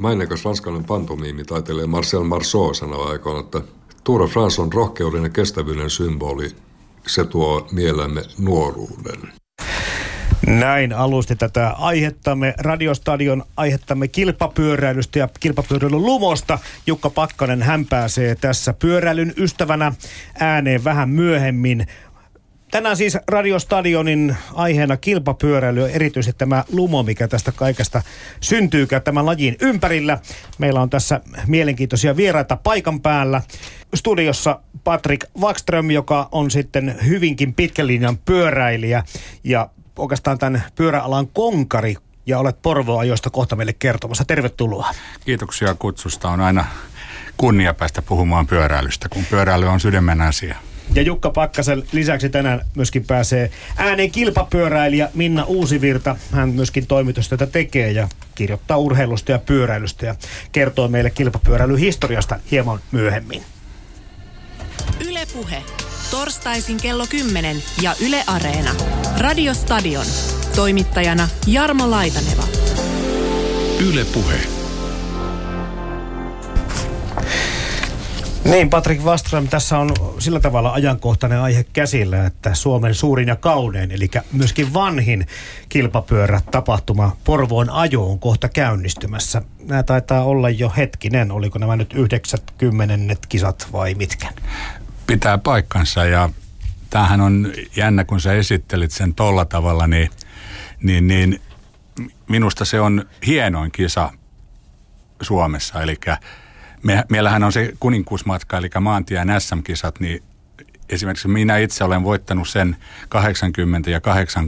Maineikas ranskalainen pantomiimitaiteilija Marcel Marceau sanoi aikoina, että Tour de France on rohkeuden ja kestävyyden symboli. Se tuo mielemme nuoruuden. Näin alusti tätä aihettamme, Radiostadion aihettamme kilpapyöräilystä ja kilpapyöräilyn lumosta. Jukka Pakkanen, hän pääsee tässä pyöräilyn ystävänä ääneen vähän myöhemmin. Tänään siis Radiostadionin aiheena kilpapyöräily ja erityisesti tämä lumo, mikä tästä kaikesta syntyykään tämän lajin ympärillä. Meillä on tässä mielenkiintoisia vieraita paikan päällä. Studiossa Patrik Wågström, joka on sitten hyvinkin pitkän linjan pyöräilijä ja oikeastaan tämän pyöräalan konkari, ja olet Porvoo-ajoista kohta meille kertomassa. Tervetuloa. Kiitoksia kutsusta. On aina kunnia päästä puhumaan pyöräilystä, kun pyöräily on sydämen asia. Ja Jukka Pakkasen lisäksi tänään myöskin pääsee ääneen kilpapyöräilijä Minna Uusivirta. Hän myöskin toimitustyötä tekee ja kirjoittaa urheilusta ja pyöräilystä ja kertoo meille kilpapyöräilyhistoriasta hieman myöhemmin. Yle Puhe. Torstaisin kello 10 ja Yle Areena. Radiostadion. Toimittajana Jarmo Laitaneva. Yle Puhe. Niin, Patrik Wågström, tässä on sillä tavalla ajankohtainen aihe käsillä, että Suomen suurin ja kaunein, eli myöskin vanhin kilpapyörätapahtuma Porvoon ajo on kohta käynnistymässä. Nämä taitaa olla jo hetkinen, oliko nämä nyt 90 kisat vai mitkä? Pitää paikkansa ja tämähän on jännä, kun sä esittelit sen tolla tavalla, niin minusta se on hienoin kisa Suomessa, eli meillähän on se kuninkuusmatka, eli maantien SM-kisat, niin esimerkiksi minä itse olen voittanut sen 80 ja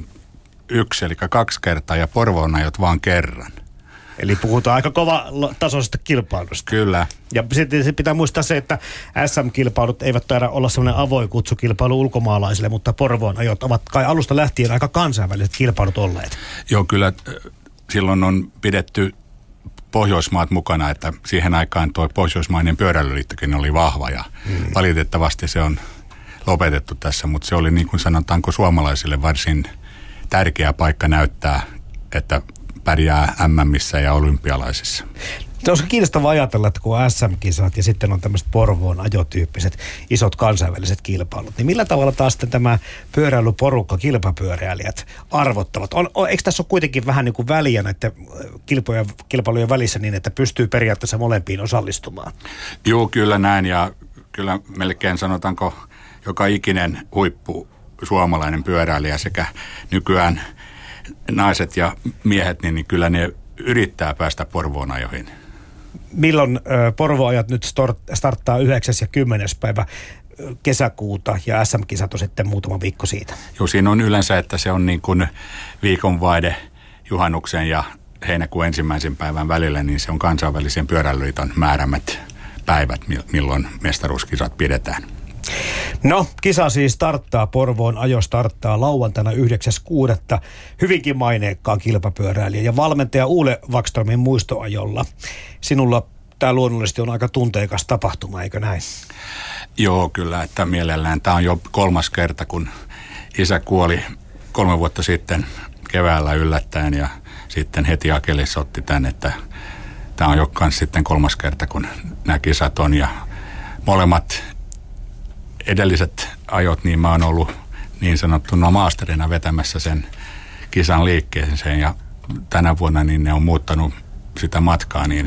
81, eli 2 kertaa, ja Porvoon ajot vaan kerran. Eli puhutaan aika kova tasoisesta kilpailusta. Kyllä. Ja sitten se pitää muistaa se, että SM-kilpailut eivät taida olla sellainen avoin kutsukilpailu ulkomaalaisille, mutta Porvoon ajot ovat kai alusta lähtien aika kansainväliset kilpailut olleet. Joo, kyllä silloin on pidetty Pohjoismaat mukana, että siihen aikaan tuo Pohjoismainen pyöräilyliittokin oli vahva ja valitettavasti se on lopetettu tässä, mutta se oli niin kuin sanotaanko suomalaisille varsin tärkeä paikka näyttää, että pärjää MMissä ja olympialaisissa. Se on kiinnostavaa ajatella, että kun on SM-kisat ja sitten on tämmöiset Porvoon ajotyyppiset isot kansainväliset kilpailut, niin millä tavalla taas sitten tämä pyöräilyporukka, kilpapyöräilijät arvottavat? Eikö tässä ole kuitenkin vähän niin kuin väliä näiden kilpailujen välissä niin, että pystyy periaatteessa molempiin osallistumaan? Joo, kyllä näin ja kyllä melkein sanotaanko joka ikinen huippu suomalainen pyöräilijä sekä nykyään naiset ja miehet, niin kyllä ne yrittää päästä Porvoon ajoihin. Milloin Porvoon-ajat nyt starttaa 9. ja 10. päivä kesäkuuta ja SM-kisat on sitten muutama viikko siitä? Joo, siinä on yleensä, että se on niin kuin viikonvaihde juhannuksen ja heinäkuun 1. päivän välillä, niin se on kansainvälisen pyöräilyliiton määräämät päivät, milloin mestaruuskisat pidetään. No, kisa siis starttaa, Porvoon ajo starttaa lauantaina 9.6. hyvinkin maineikkaan kilpapyöräilijä ja valmentaja Ole Wågströmin muistoajolla. Sinulla tämä luonnollisesti on aika tunteikas tapahtuma, eikö näin? Joo, kyllä, että mielellään. Tämä on jo 3. kerta, kun isä kuoli 3 vuotta sitten keväällä yllättäen ja sitten heti Akelis otti tämän, että tämä on jo kans sitten 3. kerta, kun nämä kisat on ja molemmat edelliset ajot, niin mä oon ollut niin sanottuna maasterina vetämässä sen kisan liikkeeseen ja tänä vuonna niin ne on muuttanut sitä matkaa niin,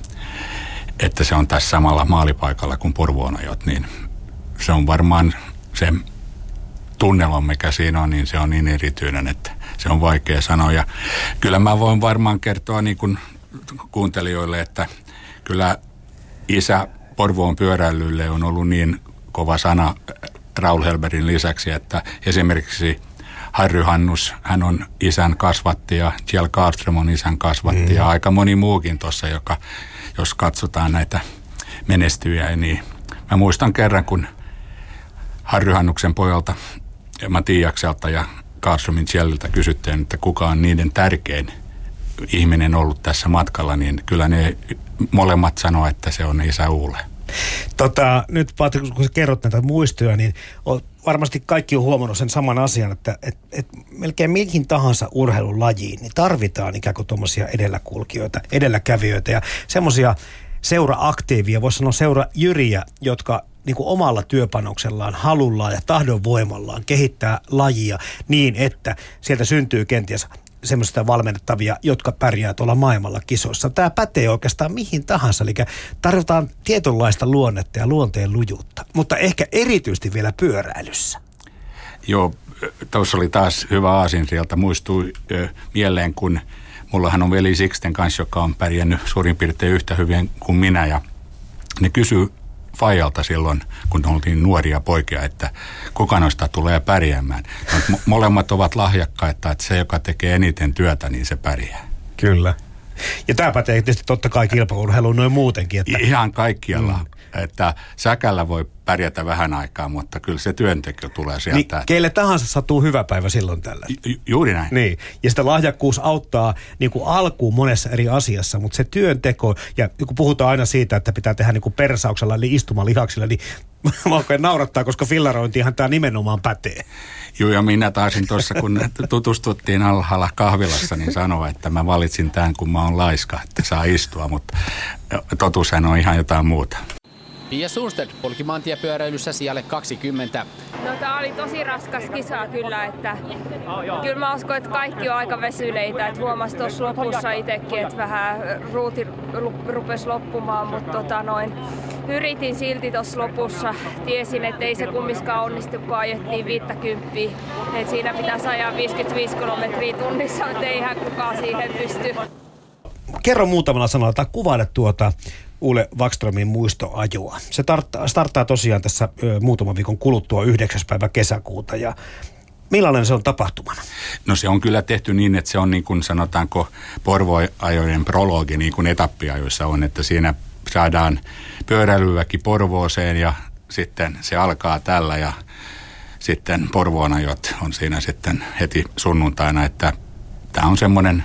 että se on tässä samalla maalipaikalla kuin Porvoon ajot, niin se on varmaan se tunnelma, mikä siinä on, niin se on niin erityinen, että se on vaikea sanoa ja kyllä mä voin varmaan kertoa niin kuin kuuntelijoille, että kyllä isä Porvoon pyöräilylle on ollut niin kova sana Raul Helberin lisäksi, että esimerkiksi Harry Hannus, hän on isän kasvattaja, Kjell Karlström on isän kasvattaja, ja aika moni muukin tuossa, joka, jos katsotaan näitä menestyjiä, niin mä muistan kerran, kun Harry Hannuksen pojalta, Matiakselta ja Karlströmin Kjelliltä kysyttiin, että kuka on niiden tärkein ihminen ollut tässä matkalla, niin kyllä ne molemmat sanoo, että se on isä Ole. Nyt Patrik, kun sä kerrot näitä muistoja, niin varmasti kaikki on huomannut sen saman asian, että melkein mihin tahansa urheilulajiin niin tarvitaan ikään kuin tuommoisia edelläkulkijoita, edelläkävijöitä ja semmoisia seura-aktiivia, voisi sanoa seura-jyriä, jotka niin kuin omalla työpanoksellaan, halullaan ja tahdonvoimallaan kehittää lajia niin, että sieltä syntyy kenties semmoista valmennettavia, jotka pärjää tuolla maailmalla kisoissa. Tämä pätee oikeastaan mihin tahansa, eli tarvitaan tietynlaista luonnetta ja luonteen lujuutta, mutta ehkä erityisesti vielä pyöräilyssä. Joo, tuossa oli taas hyvä aasinsilta. Muistui mieleen, kun mullahan on veli Sixten kanssa, joka on pärjännyt suurin piirtein yhtä hyvin kuin minä, ja ne kysyi Fajalta silloin, kun oltiin nuoria poikia, että kuka noista tulee pärjäämään. Molemmat ovat lahjakkaita, että se, joka tekee eniten työtä, niin se pärjää. Kyllä. Ja tämä pätee tietysti totta kai kilpaurheiluun noin muutenkin. Että ihan kaikkialla. Että säkällä voi pärjätä vähän aikaa, mutta kyllä se työnteko tulee sieltä. Niin, keille tahansa sattuu hyvä päivä silloin tällä. Juuri näin. Niin, ja sitä lahjakkuus auttaa niin kuin alkuun monessa eri asiassa, mutta se työnteko, ja kun puhutaan aina siitä, että pitää tehdä niin kuin persauksella, eli istumalihaksilla, niin mä oikein naurattaa, koska fillarointihan tämä nimenomaan pätee. Joo, ja minä taisin tuossa, kun tutustuttiin alhaalla kahvilassa, niin sanoa, että mä valitsin tämän, kun mä oon laiska, että saa istua, mutta totuushan on ihan jotain muuta. Pia Sundstedt polki maantiepyöräilyssä sijalle 20. No tää oli tosi raskas kisa kyllä, että kyllä mä uskon, että kaikki on aika väsyneitä, että huomasi tuossa lopussa itsekin, että vähän ruuti rupesi loppumaan, mutta yritin silti tuossa lopussa. Tiesin, että ei se kumminkaan onnistu, kun ajettiin 50, että siinä pitäisi ajaa 55 kilometriä tunnissa, että eihän kukaan siihen pysty. Kerro muutamalla sanalla tai kuvaile tuota Ole Wågströmin muistoajoa. Se starttaa tosiaan tässä muutaman viikon kuluttua 9. päivä kesäkuuta ja millainen se on tapahtumana? No se on kyllä tehty niin, että se on niin kuin sanotaanko Porvoo-ajojen prologi niin kuin etappiajoissa on, että siinä saadaan pyöräilyväki Porvooseen ja sitten se alkaa tällä ja sitten Porvoon ajot on siinä sitten heti sunnuntaina, että tämä on semmoinen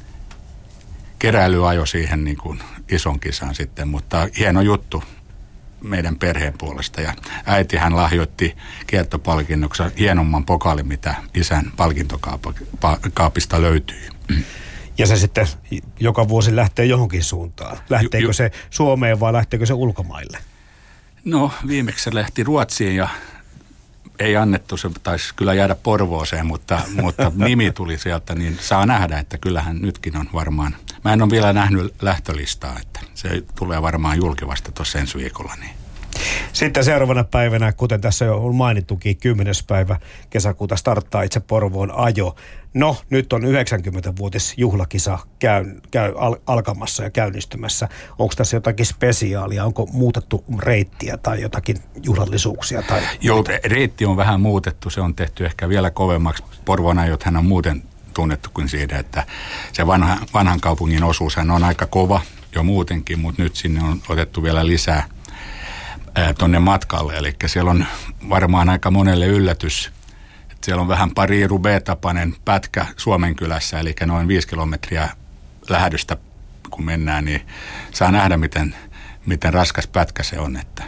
keräilyajo siihen niin kuin ison kisaan sitten, mutta hieno juttu meidän perheen puolesta. Ja äitihän lahjoitti kiertopalkinnoksi hienomman pokaalin, mitä isän palkintokaapista löytyy. Ja se sitten joka vuosi lähtee johonkin suuntaan. Lähteekö se Suomeen vai lähteekö se ulkomaille? No viimeksi se lähti Ruotsiin ja ei annettu, se taisi kyllä jäädä Porvooseen, mutta nimi tuli sieltä, niin saa nähdä, että kyllähän nytkin on varmaan. Mä en ole vielä nähnyt lähtölistaa, että se tulee varmaan julki vasta tuossa ensi viikolla. Niin. Sitten seuraavana päivänä, kuten tässä jo on mainittukin, 10. päivä kesäkuuta starttaa itse Porvoon ajo. No, nyt on 90-vuotisjuhlakisa alkamassa ja käynnistymässä. Onko tässä jotakin spesiaalia? Onko muutettu reittiä tai jotakin juhlallisuuksia? Tai joo, reitti on vähän muutettu. Se on tehty ehkä vielä kovemmaksi. Porvoon ajothan on muuten tunnettu kuin siitä, että se vanhan kaupungin osuushan on aika kova jo muutenkin, mutta nyt sinne on otettu vielä lisää tuonne matkalle. Eli siellä on varmaan aika monelle yllätys. Siellä on vähän Pari-Roubaix-tapainen pätkä Suomenkylässä, eli noin 5 kilometriä lähdöstä kun mennään, niin saa nähdä, miten raskas pätkä se on. Että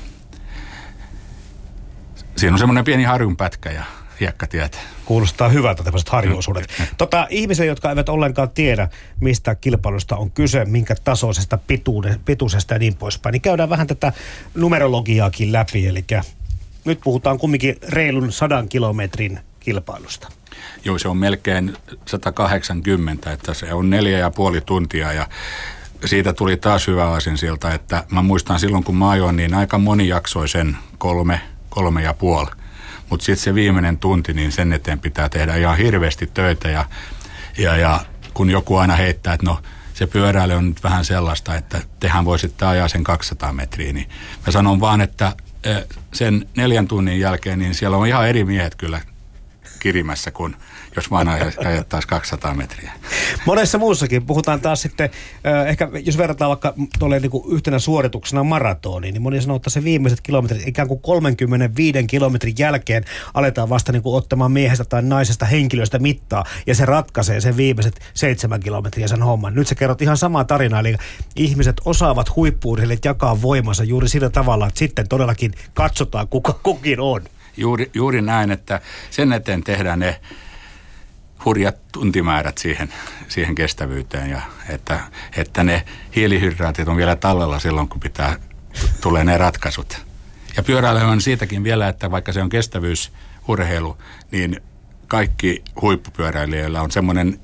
siinä on semmoinen pieni harjunpätkä ja hiekkatiet. Kuulostaa hyvältä tämmöiset harjuosuudet. Ihmisille, jotka eivät ollenkaan tiedä, mistä kilpailusta on kyse, minkä tasoisesta pituudesta ja niin poispäin, niin käydään vähän tätä numerologiaakin läpi. Eli nyt puhutaan kumminkin reilun 100 kilometrin kilpailusta. Joo, se on melkein 180, että se on 4,5 tuntia ja siitä tuli taas hyvä aasinsilta, että mä muistan silloin kun mä ajoin, niin aika moni jaksoi sen 3,5. Mutta sitten se viimeinen tunti, niin sen eteen pitää tehdä ihan hirveästi töitä ja kun joku aina heittää, että no se pyöräily on nyt vähän sellaista, että tehän voisitte ajaa sen 200 metriä, niin mä sanon vaan, että sen 4 tunnin jälkeen, niin siellä on ihan eri miehet kyllä kirimässä, kuin jos vaan ajettaisiin 200 metriä. Monessa muussakin puhutaan taas sitten, ehkä jos verrataan vaikka tuolle niin kuin yhtenä suorituksena maratoniin, niin moni sanoo, että se viimeiset kilometrit, ikään kuin 35 kilometrin jälkeen aletaan vasta niin kuin ottamaan miehestä tai naisesta henkilöstä mittaa, ja se ratkaisee sen viimeiset 7 kilometriä sen homman. Nyt sä kerrot ihan samaa tarinaa, eli ihmiset osaavat huippu-urheilijat jakaa voimansa juuri sillä tavalla, että sitten todellakin katsotaan, kuka kukin on. Juuri näin, että sen eteen tehdään ne hurjat tuntimäärät siihen kestävyyteen ja että ne hiilihydraatit on vielä tallella silloin, kun tulee ne ratkaisut. Ja pyöräily on siitäkin vielä, että vaikka se on kestävyysurheilu, niin kaikki huippupyöräilijöillä on semmoinen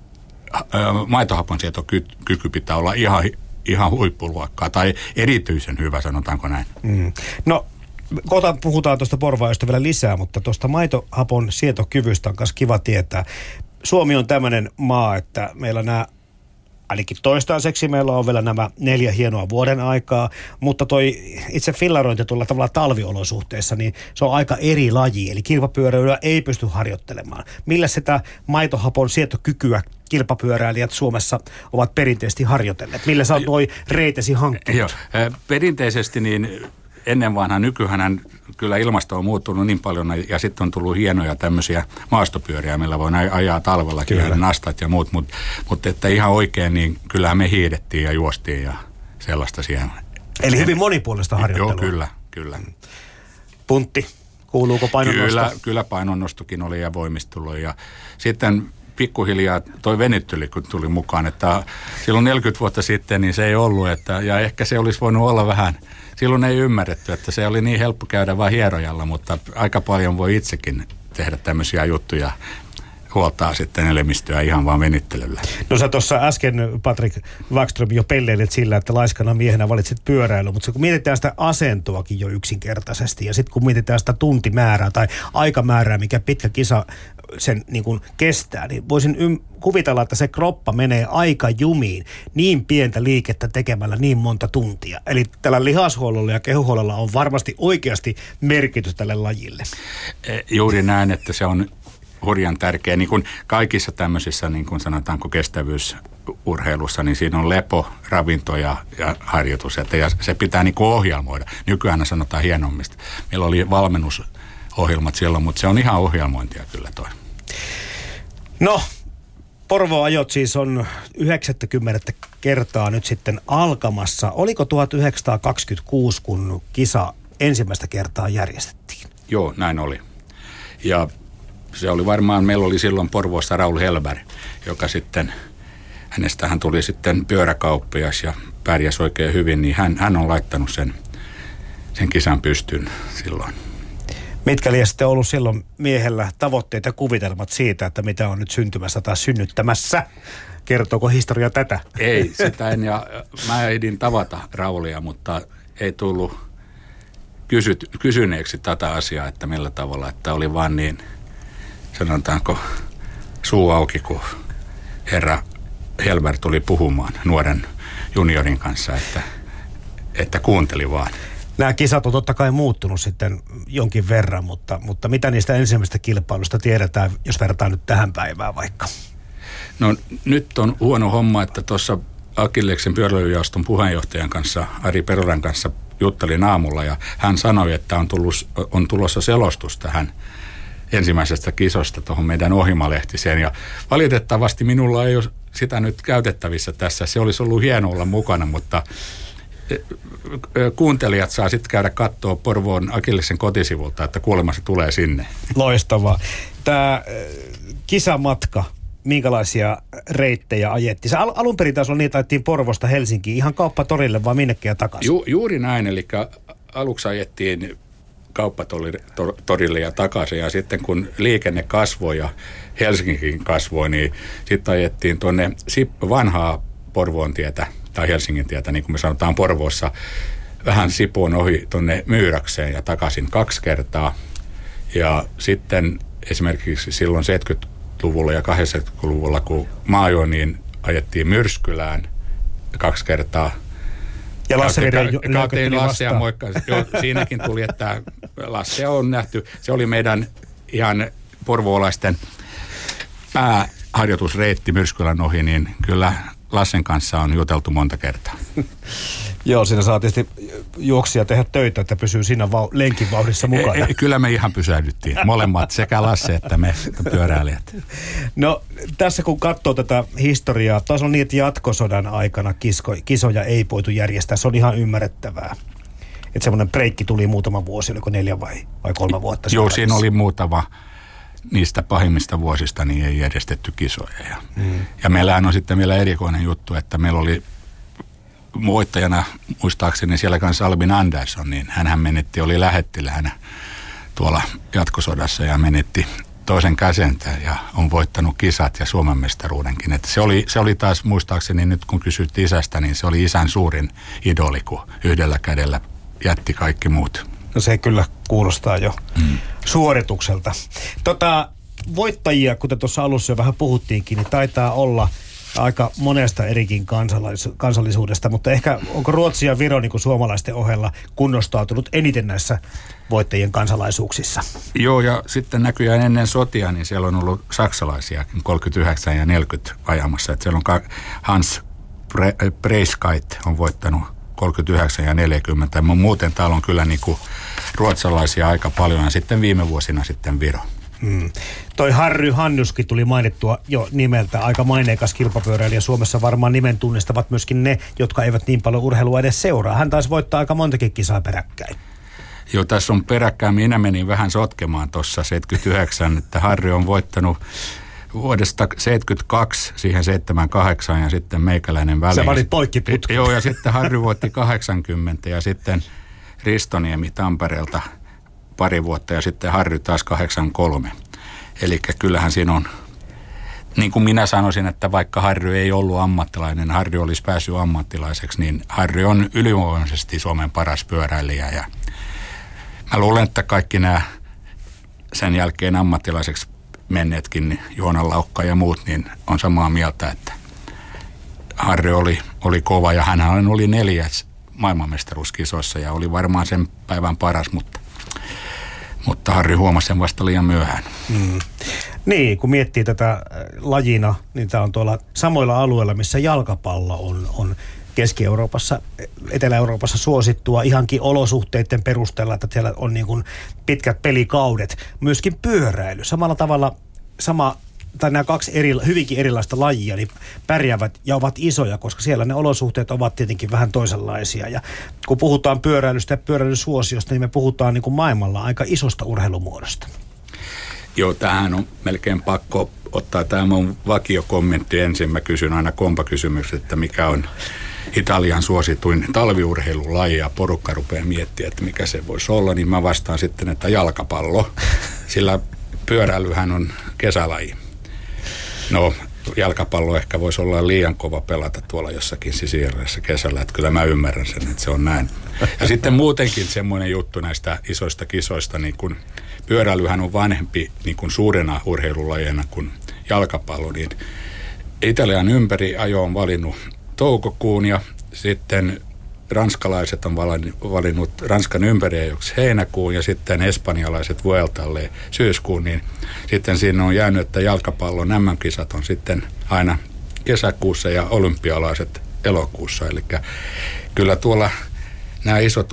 maitohaponsietokyky pitää olla ihan huippuluokkaa tai erityisen hyvä, sanotaanko näin. No, puhutaan tuosta Porvaajosta vielä lisää, mutta tuosta maitohapon sietokyvystä on myös kiva tietää. Suomi on tämmöinen maa, että meillä ainakin toistaiseksi meillä on vielä nämä 4 hienoa vuoden aikaa, mutta toi itse fillarointi tuolla tavalla talviolosuhteissa, niin se on aika eri laji, eli kilpapyöräilyä ei pysty harjoittelemaan. Millä sitä maitohapon sietokykyä kilpapyöräilijät Suomessa ovat perinteisesti harjoitelleet? Millä sä oot noi reitesi hankkinut? Joo, perinteisesti niin ennen vanhaa, nykyään kyllä ilmasto on muuttunut niin paljon ja sitten on tullut hienoja tämmöisiä maastopyöriä, millä voi ajaa talvellakin ja nastat ja muut, mutta että ihan oikein niin kyllähän me hiidettiin ja juostiin ja sellaista siihen. Eli hyvin monipuolista harjoittelua. Joo, kyllä. Puntti, kuuluuko painonnosto? Kyllä painonnostokin oli ja voimistelu ja sitten pikkuhiljaa toi venyttely, kun tuli mukaan, että silloin 40 vuotta sitten niin se ei ollut, ja ehkä se olisi voinut olla vähän. Silloin ei ymmärretty, että se oli niin helppo käydä vain hierojalla, mutta aika paljon voi itsekin tehdä tämmöisiä juttuja, huoltaa sitten elimistöä ihan vaan venyttelyllä. No sä tuossa äsken, Patrik Wagström, jo pelleilit sillä, että laiskana miehenä valitsit pyöräily, mutta kun mietitään sitä asentoakin jo yksinkertaisesti ja sitten kun mietitään sitä tuntimäärää tai aikamäärää, mikä pitkä kisa sen niin kuin kestää, niin voisin kuvitella, että se kroppa menee aika jumiin niin pientä liikettä tekemällä niin monta tuntia. Eli tällä lihashuollolla ja kehohuollolla on varmasti oikeasti merkitys tälle lajille. Juuri näin, että se on hurjan tärkeä. Niin kuin kaikissa tämmöisissä, niin kuin sanotaanko kestävyysurheilussa, niin siinä on lepo, ravinto ja harjoitus. Ja se pitää niin kuin ohjelmoida. Nykyään sanotaan hienommista. Meillä oli valmennusohjelmat silloin, mutta se on ihan ohjelmointia kyllä toi. No, Porvoo-ajot siis on 90 kertaa nyt sitten alkamassa. Oliko 1926, kun kisa ensimmäistä kertaa järjestettiin? Joo, näin oli. Ja se oli varmaan, meillä oli silloin Porvoossa Raul Helberg, joka sitten, hänestähän tuli sitten pyöräkauppias ja pärjäsi oikein hyvin, niin hän on laittanut sen kisan pystyyn silloin. Mitkä liian sitten ollut silloin miehellä tavoitteet ja kuvitelmat siitä, että mitä on nyt syntymässä tai synnyttämässä? Kertooko historia tätä? Ei, sitä en, ja mä ehdin tavata Raulia, mutta ei tullut kysyneeksi tätä asiaa, että millä tavalla, että oli vaan niin, sanotaanko, suu auki, kun herra Helberg tuli puhumaan nuoren juniorin kanssa, että kuunteli vaan. Nämä kisat on totta kai muuttunut sitten jonkin verran, mutta mitä niistä ensimmäistä kilpailusta tiedetään, jos verrataan nyt tähän päivään vaikka? No nyt on huono homma, että tuossa Akilleksen pyöräilyjaoston puheenjohtajan kanssa, Ari Peroran kanssa juttelin aamulla ja hän sanoi, että on tulossa selostus tähän ensimmäisestä kisosta tuohon meidän ohjelmalehtiseen ja valitettavasti minulla ei ole sitä nyt käytettävissä tässä. Se olisi ollut hieno olla mukana, mutta kuuntelijat saa sitten käydä katsoa Porvoon Akilleksen kotisivulta, että kuulemma se tulee sinne. Loistavaa. Tämä kisamatka, minkälaisia reittejä ajettiin? Alun perin taas niitä ajettiin Porvosta Helsinkiin, ihan kauppatorille vai minnekin ja takaisin? Juuri näin, eli aluksi ajettiin kauppatorille ja takaisin ja sitten kun liikenne kasvoi ja Helsinkikin kasvoi, niin sitten ajettiin tuonne vanhaa Porvoon tietä tai Helsingin tietä, niin kuin me sanotaan Porvoossa, vähän Sipoon ohi tuonne Myyräkseen ja takaisin 2 kertaa. Ja sitten esimerkiksi silloin 70-luvulla ja 80-luvulla, kun mä ajoin, niin ajettiin Myrskylään 2 kertaa. Ja Lasse ja moikka. Siinäkin tuli, että Lasse on nähty. Se oli meidän ihan porvoolaisten pääharjoitusreitti Myrskylän ohi, niin kyllä Lassen kanssa on juteltu monta kertaa. Joo, siinä saa tietysti juoksia tehdä töitä, että pysyy siinä lenkin vauhdissa mukana. Kyllä me ihan pysähdyttiin. Molemmat, sekä Lasse että me pyöräilijät. No tässä kun katsoo tätä historiaa, taas on niin, että jatkosodan aikana kisoja ei voitu järjestää. Se on ihan ymmärrettävää. Että semmoinen breikki tuli muutama vuosi, oliko 4 vai 3 vuotta? Joo, siinä oli muutama niistä pahimmista vuosista, niin ei järjestetty kisoja. Ja meillähän on sitten vielä erikoinen juttu, että meillä oli voittajana, muistaakseni siellä kanssa Albin Andersson, niin hänhän oli lähettiläänä tuolla jatkosodassa ja menetti toisen käsentää ja on voittanut kisat ja Suomen mestaruudenkin. Että se oli taas, muistaakseni nyt kun kysyt isästä, niin se oli isän suurin idoli, kun yhdellä kädellä jätti kaikki muut. No se kyllä kuulostaa jo suoritukselta. Voittajia, kuten tuossa alussa jo vähän puhuttiinkin, niin taitaa olla aika monesta erikin kansallisuudesta, mutta ehkä onko Ruotsi ja Viro niin kuin suomalaisten ohella kunnostautunut eniten näissä voittajien kansalaisuuksissa? Joo, ja sitten näkyään ennen sotia, niin siellä on ollut saksalaisia 39 ja 40 ajamassa. Että siellä on Hans Preiskait on voittanut 39 ja 40. Muuten täällä on kyllä niin kuin ruotsalaisia aika paljon ja sitten viime vuosina sitten Viro. Toi Harry Hannuskin tuli mainittua jo nimeltä, aika maineikas kilpapyöräilijä. Suomessa varmaan nimen tunnistavat myöskin ne, jotka eivät niin paljon urheilua edes seuraa. Hän taisi voittaa aika montakin kisaa peräkkäin. Joo, tässä on peräkkäin. Minä menin vähän sotkemaan tuossa 79, että Harry on voittanut vuodesta 72 siihen 78 ja sitten meikäläinen väliin. Sä valit poikkiputki. Joo, ja sitten Harry voitti 80 ja sitten Ristoniemi Tampereelta pari vuotta ja sitten Harry taas 83. Eli kyllähän siinä on, niin kuin minä sanoisin, että vaikka Harry ei ollut ammattilainen, Harry olisi päässyt ammattilaiseksi, niin Harry on ylivoimaisesti Suomen paras pyöräilijä. Ja mä luulen, että kaikki nämä sen jälkeen ammattilaiseksi menneetkin, niin Joona Laukka ja muut, niin on samaa mieltä, että Harry oli kova ja hänhän oli 4. maailmanmestaruuskisoissa ja oli varmaan sen päivän paras, mutta Harry huomasi sen vasta liian myöhään. Niin, kun miettii tätä lajina, niin tämä on tuolla samoilla alueilla, missä jalkapallo on Keski-Euroopassa, Etelä-Euroopassa suosittua ihankin olosuhteiden perusteella, että siellä on niin kuin pitkät pelikaudet. Myöskin pyöräily. Samalla tavalla nämä 2 hyvinkin erilaista lajia niin pärjäävät ja ovat isoja, koska siellä ne olosuhteet ovat tietenkin vähän toisenlaisia. Ja kun puhutaan pyöräilystä ja pyöräilyn suosiosta, niin me puhutaan niin kuin maailmalla aika isosta urheilumuodosta. Joo, tähän on melkein pakko ottaa tämä mun vakiokommentti ensin. Mä kysyn aina kompakysymykset, että mikä on Italian suosituin talviurheilulaji ja porukka rupeaa miettimään, että mikä se voisi olla, niin mä vastaan sitten, että jalkapallo, sillä pyöräilyhän on kesälaji. No, jalkapallo ehkä voisi olla liian kova pelata tuolla jossakin Sisiliassa kesällä, että kyllä mä ymmärrän sen, että se on näin. Ja sitten muutenkin semmoinen juttu näistä isoista kisoista, niin kun pyöräilyhän on vanhempi niin kun suurena urheilulajina kuin jalkapallo, niin Italian ympäriajo on valinnut toukokuun ja sitten ranskalaiset on valinnut Ranskan ympäriajoksi heinäkuun ja sitten espanjalaiset Vueltalle syyskuun, niin sitten siinä on jäänyt, että jalkapallon MM-kisat on sitten aina kesäkuussa ja olympialaiset elokuussa. Eli kyllä tuolla nämä isot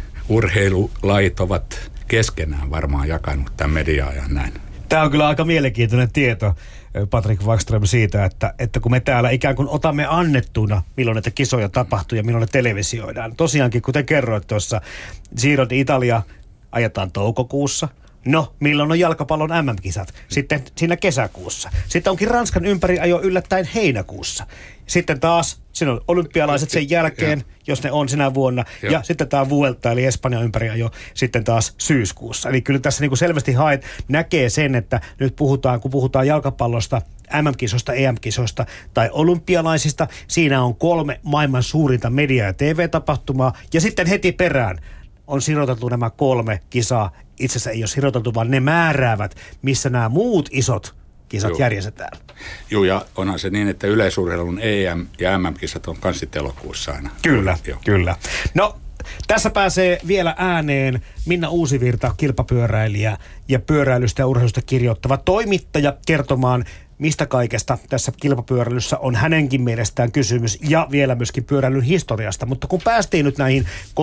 urheilulajit ovat keskenään varmaan jakanut tämän mediaa ja näin. Tämä on kyllä aika mielenkiintoinen tieto, Patrik Wikström, siitä, että kun me täällä ikään kuin otamme annettuna, milloin näitä kisoja tapahtuu ja milloin ne televisioidaan. Tosiaankin, kuten kerroit tuossa, Giro d'Italia ajetaan toukokuussa. No, milloin on jalkapallon MM-kisat? Sitten siinä kesäkuussa. Sitten onkin Ranskan ympäriajo yllättäen heinäkuussa. Sitten taas siinä on olympialaiset sen jälkeen, jos ne on sinä vuonna. Ja sitten tämä Vuelta, eli Espanjan ympäriajo, sitten taas syyskuussa. Eli kyllä tässä niin kuin selvästi näkee sen, että nyt kun puhutaan jalkapallosta, MM-kisoista, EM-kisoista tai olympialaisista, siinä on 3 maailman suurinta media- ja TV-tapahtumaa. Ja sitten heti perään on siroteltu nämä 3 kisaa. Itse asiassa ei ole siroteltu, vaan ne määräävät, missä nämä muut isot kisat järjestetään. Joo, ja onhan se niin, että yleisurheilun EM- ja MM-kisat on kans sitten elokuussa aina. Kyllä, kyllä. No, tässä pääsee vielä ääneen Minna Uusivirta, kilpapyöräilijä ja pyöräilystä ja urheilusta kirjoittava toimittaja, kertomaan, mistä kaikesta tässä kilpapyöräilyssä on hänenkin mielestään kysymys ja vielä myöskin pyöräilyn historiasta. Mutta kun päästiin nyt näihin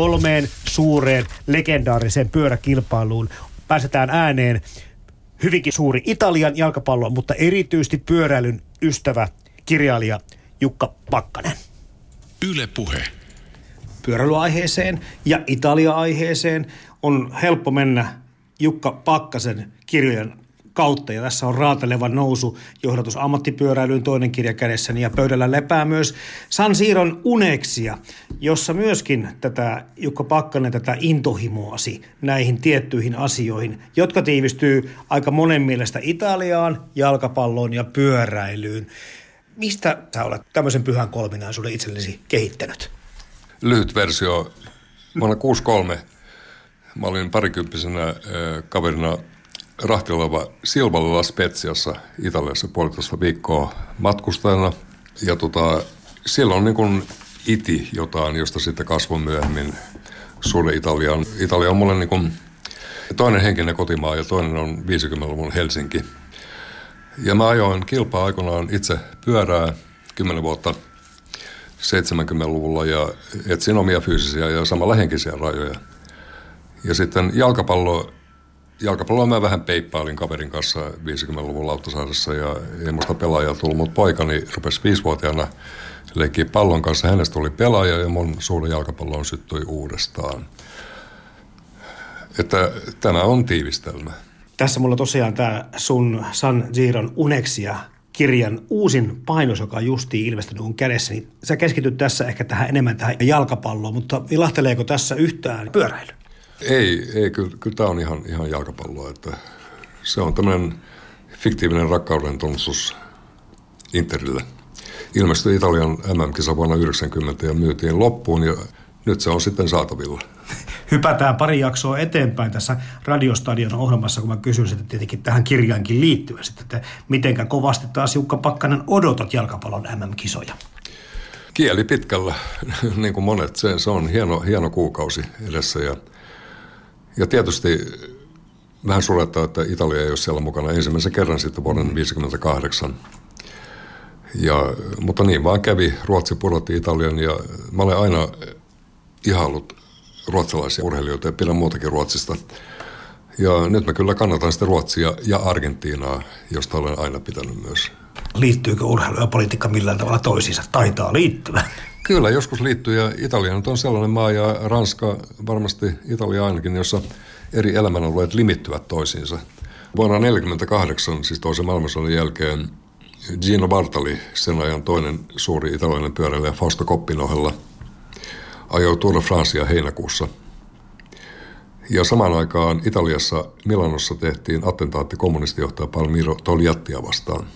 3 suureen legendaariseen pyöräkilpailuun, pääsetään ääneen hyvinkin suuri Italian jalkapallo, mutta erityisesti pyöräilyn ystävä, kirjailija Jukka Pakkanen. Yle Puhe. pyöräilyaiheeseen ja Italia-aiheeseen on helppo mennä Jukka Pakkasen kirjojen kautta. Ja tässä on Raateleva nousu, johdatus ammattipyöräilyyn, toinen kirja kädessäni, ja pöydällä lepää myös San Siron Uneksia, jossa myöskin tätä Jukka Pakkanen tätä intohimoasi näihin tiettyihin asioihin, jotka tiivistyy aika monen mielestä Italiaan, jalkapalloon ja pyöräilyyn. Mistä sä olet tämmöisen pyhän kolminaisuuden itsellesi kehittänyt? Lyhyt versio. Vuonna 1963 mä olin parikymppisenä kaverina rahtilaiva Silvalla La Speziassa Italiassa 1,5 viikkoa matkustajana. Ja siellä on niin kuin iti jotain, josta sitten kasvoi myöhemmin suhde Italiaan. Italia on mulle niin kuin toinen henkinen kotimaa ja toinen on 50-luvun Helsinki. Ja mä ajoin kilpaa aikoinaan itse pyörää 10 vuotta 70-luvulla ja etsin omia fyysisiä ja samalla henkisiä rajoja. Ja sitten jalkapalloa mä vähän peippailin kaverin kanssa 50-luvun Lauttasaaressa ja ei musta pelaajaa tullut, mutta poikani rupesi 5-vuotiaana leikkiä pallon kanssa. Hänestä tuli pelaaja ja mun suhde jalkapalloon syttyi uudestaan. Että tämä on tiivistelmä. Tässä mulla tosiaan tämä sun San Siron Uneksia-kirjan uusin painos, joka on justiin ilmestynyt mun kädessä, niin sä keskityt tässä ehkä enemmän tähän jalkapalloon, mutta vilahteleeko tässä yhtään pyöräily? Ei kyllä tämä on ihan jalkapalloa, että se on tämmöinen fiktiivinen rakkauden tunnustus Interille. Ilmestyi Italian MM-kisa vuonna 1990 ja myytiin loppuun ja nyt se on sitten saatavilla. Hypätään pari jaksoa eteenpäin tässä Radiostadion ohjelmassa, kun mä kysyn sitten tietenkin tähän kirjaankin liittyen, että mitenkä kovasti taas Jukka Pakkanen odotat jalkapallon MM-kisoja? Kieli pitkällä, niin kuin monet. Se on hieno kuukausi edessä ja tietysti vähän surettaa, että Italia ei ole siellä mukana ensimmäisen kerran sitten vuoden 1958. Mutta niin vaan kävi. Ruotsi pudotti Italian ja mä olen aina ihaillut ruotsalaisia urheilijoita ja pidän muutakin Ruotsista. Ja nyt mä kyllä kannatan sitten Ruotsia ja Argentiinaa, josta olen aina pitänyt myös. Liittyykö urheilu ja politiikka millään tavalla toisiinsa? Taitaa liittyä. Kyllä, joskus liittyy ja Italia on sellainen maa ja Ranska, varmasti Italia ainakin, jossa eri elämänalueet limittyvät toisiinsa. Vuonna 1948, siis toisen maailmansodan jälkeen, Gino Bartali, sen ajan toinen suuri italialainen pyöräilijä Fausto Coppin ohella, ajoi Tour de Francea heinäkuussa. Ja samaan aikaan Italiassa Milanossa tehtiin attentaatti kommunistijohtaja Palmiro Togliattia vastaan.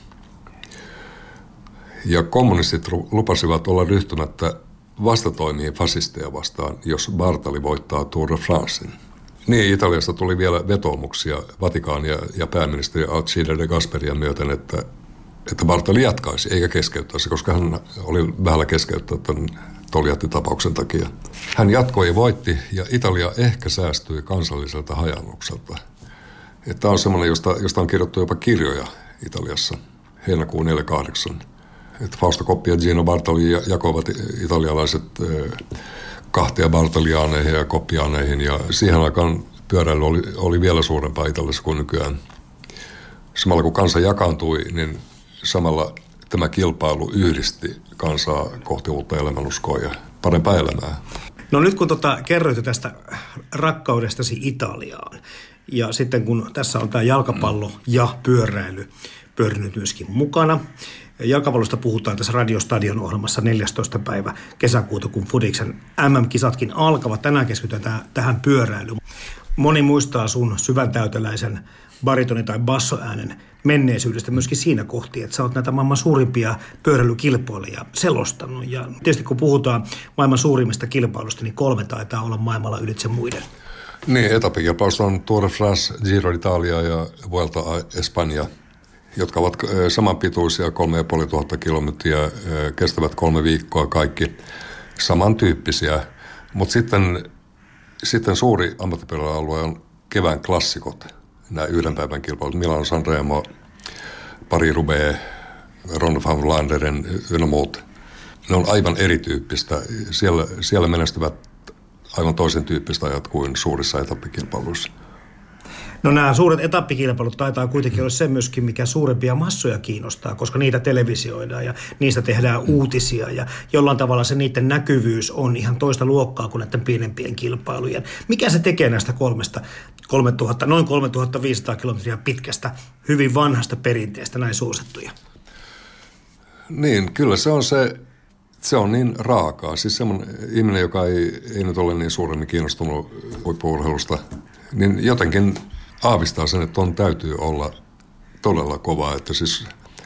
Ja kommunistit lupasivat olla ryhtymättä vastatoimiin fasisteja vastaan, jos Bartali voittaa Tour de Francen. Niin, Italiasta tuli vielä vetoomuksia Vatikaania ja pääministeri Alcide de Gasperia myöten, että Bartali jatkaisi eikä keskeyttäisi, koska hän oli vähällä keskeyttää tämän Togliatti-tapauksen takia. Hän jatkoi ja voitti ja Italia ehkä säästyi kansalliselta hajannukselta. Tämä on semmoinen, josta on kirjoittu jopa kirjoja Italiassa heinäkuun 1948. Että Fausto Coppi ja Gino Bartali jakoivat italialaiset kahtia Bartaliaaneihin ja Coppiaaneihin ja siihen aikaan pyöräily oli vielä suurempaa Italiassa kuin nykyään. Samalla kun kansa jakaantui, niin samalla tämä kilpailu yhdisti kansaa kohti uutta elämänuskoa ja parempaa elämää. No nyt kun kerroit tästä rakkaudestasi Italiaan ja sitten kun tässä on tämä jalkapallo ja pyöräily pyörinyt myöskin mukana. Jalkapallosta puhutaan tässä Radiostadion ohjelmassa 14. päivä kesäkuuta, kun Fudiksen MM-kisatkin alkavat. Tänään keskitytään tähän pyöräilyyn. Moni muistaa sun syväntäyteläisen baritoni- tai bassoäänen menneisyydestä myöskin siinä kohti, että sä oot näitä maailman suurimpia pyöräilykilpailuja selostanut. Ja tietysti kun puhutaan maailman suurimmista kilpailusta, niin 3 taitaa olla maailmalla ylitse muiden. Niin, etapikilpailussa on Tour de France, Giro d'Italia ja Vuelta a España, jotka ovat samanpituisia 3500 kilometriä, kestävät 3 viikkoa kaikki samantyyppisiä. Mutta sitten suuri ammattipyöräilyalue on kevään klassikot, nämä yhden päivän kilpailut, Milano Sanremo, Paris-Roubaix, Ronde van Vlaanderen ynnä muut. Ne on aivan erityyppistä. Siellä menestyvät aivan toisen tyyppistä ajat kuin suurissa etappikilpailuissa. No nämä suuret etappikilpailut taitaa kuitenkin olla se myöskin, mikä suurempia massoja kiinnostaa, koska niitä televisioidaan ja niistä tehdään uutisia ja jollain tavalla se niiden näkyvyys on ihan toista luokkaa kuin näiden pienempien kilpailujen. Mikä se tekee näistä noin 3500 kilometriä pitkästä, hyvin vanhasta perinteestä näin suosittuja? Niin, kyllä se on niin raakaa. Siis semmoinen ihminen, joka ei nyt ole niin suuremmin kiinnostunut huippu-urheilusta, niin jotenkin aavistaa sen, että täytyy olla todella kovaa. Että siis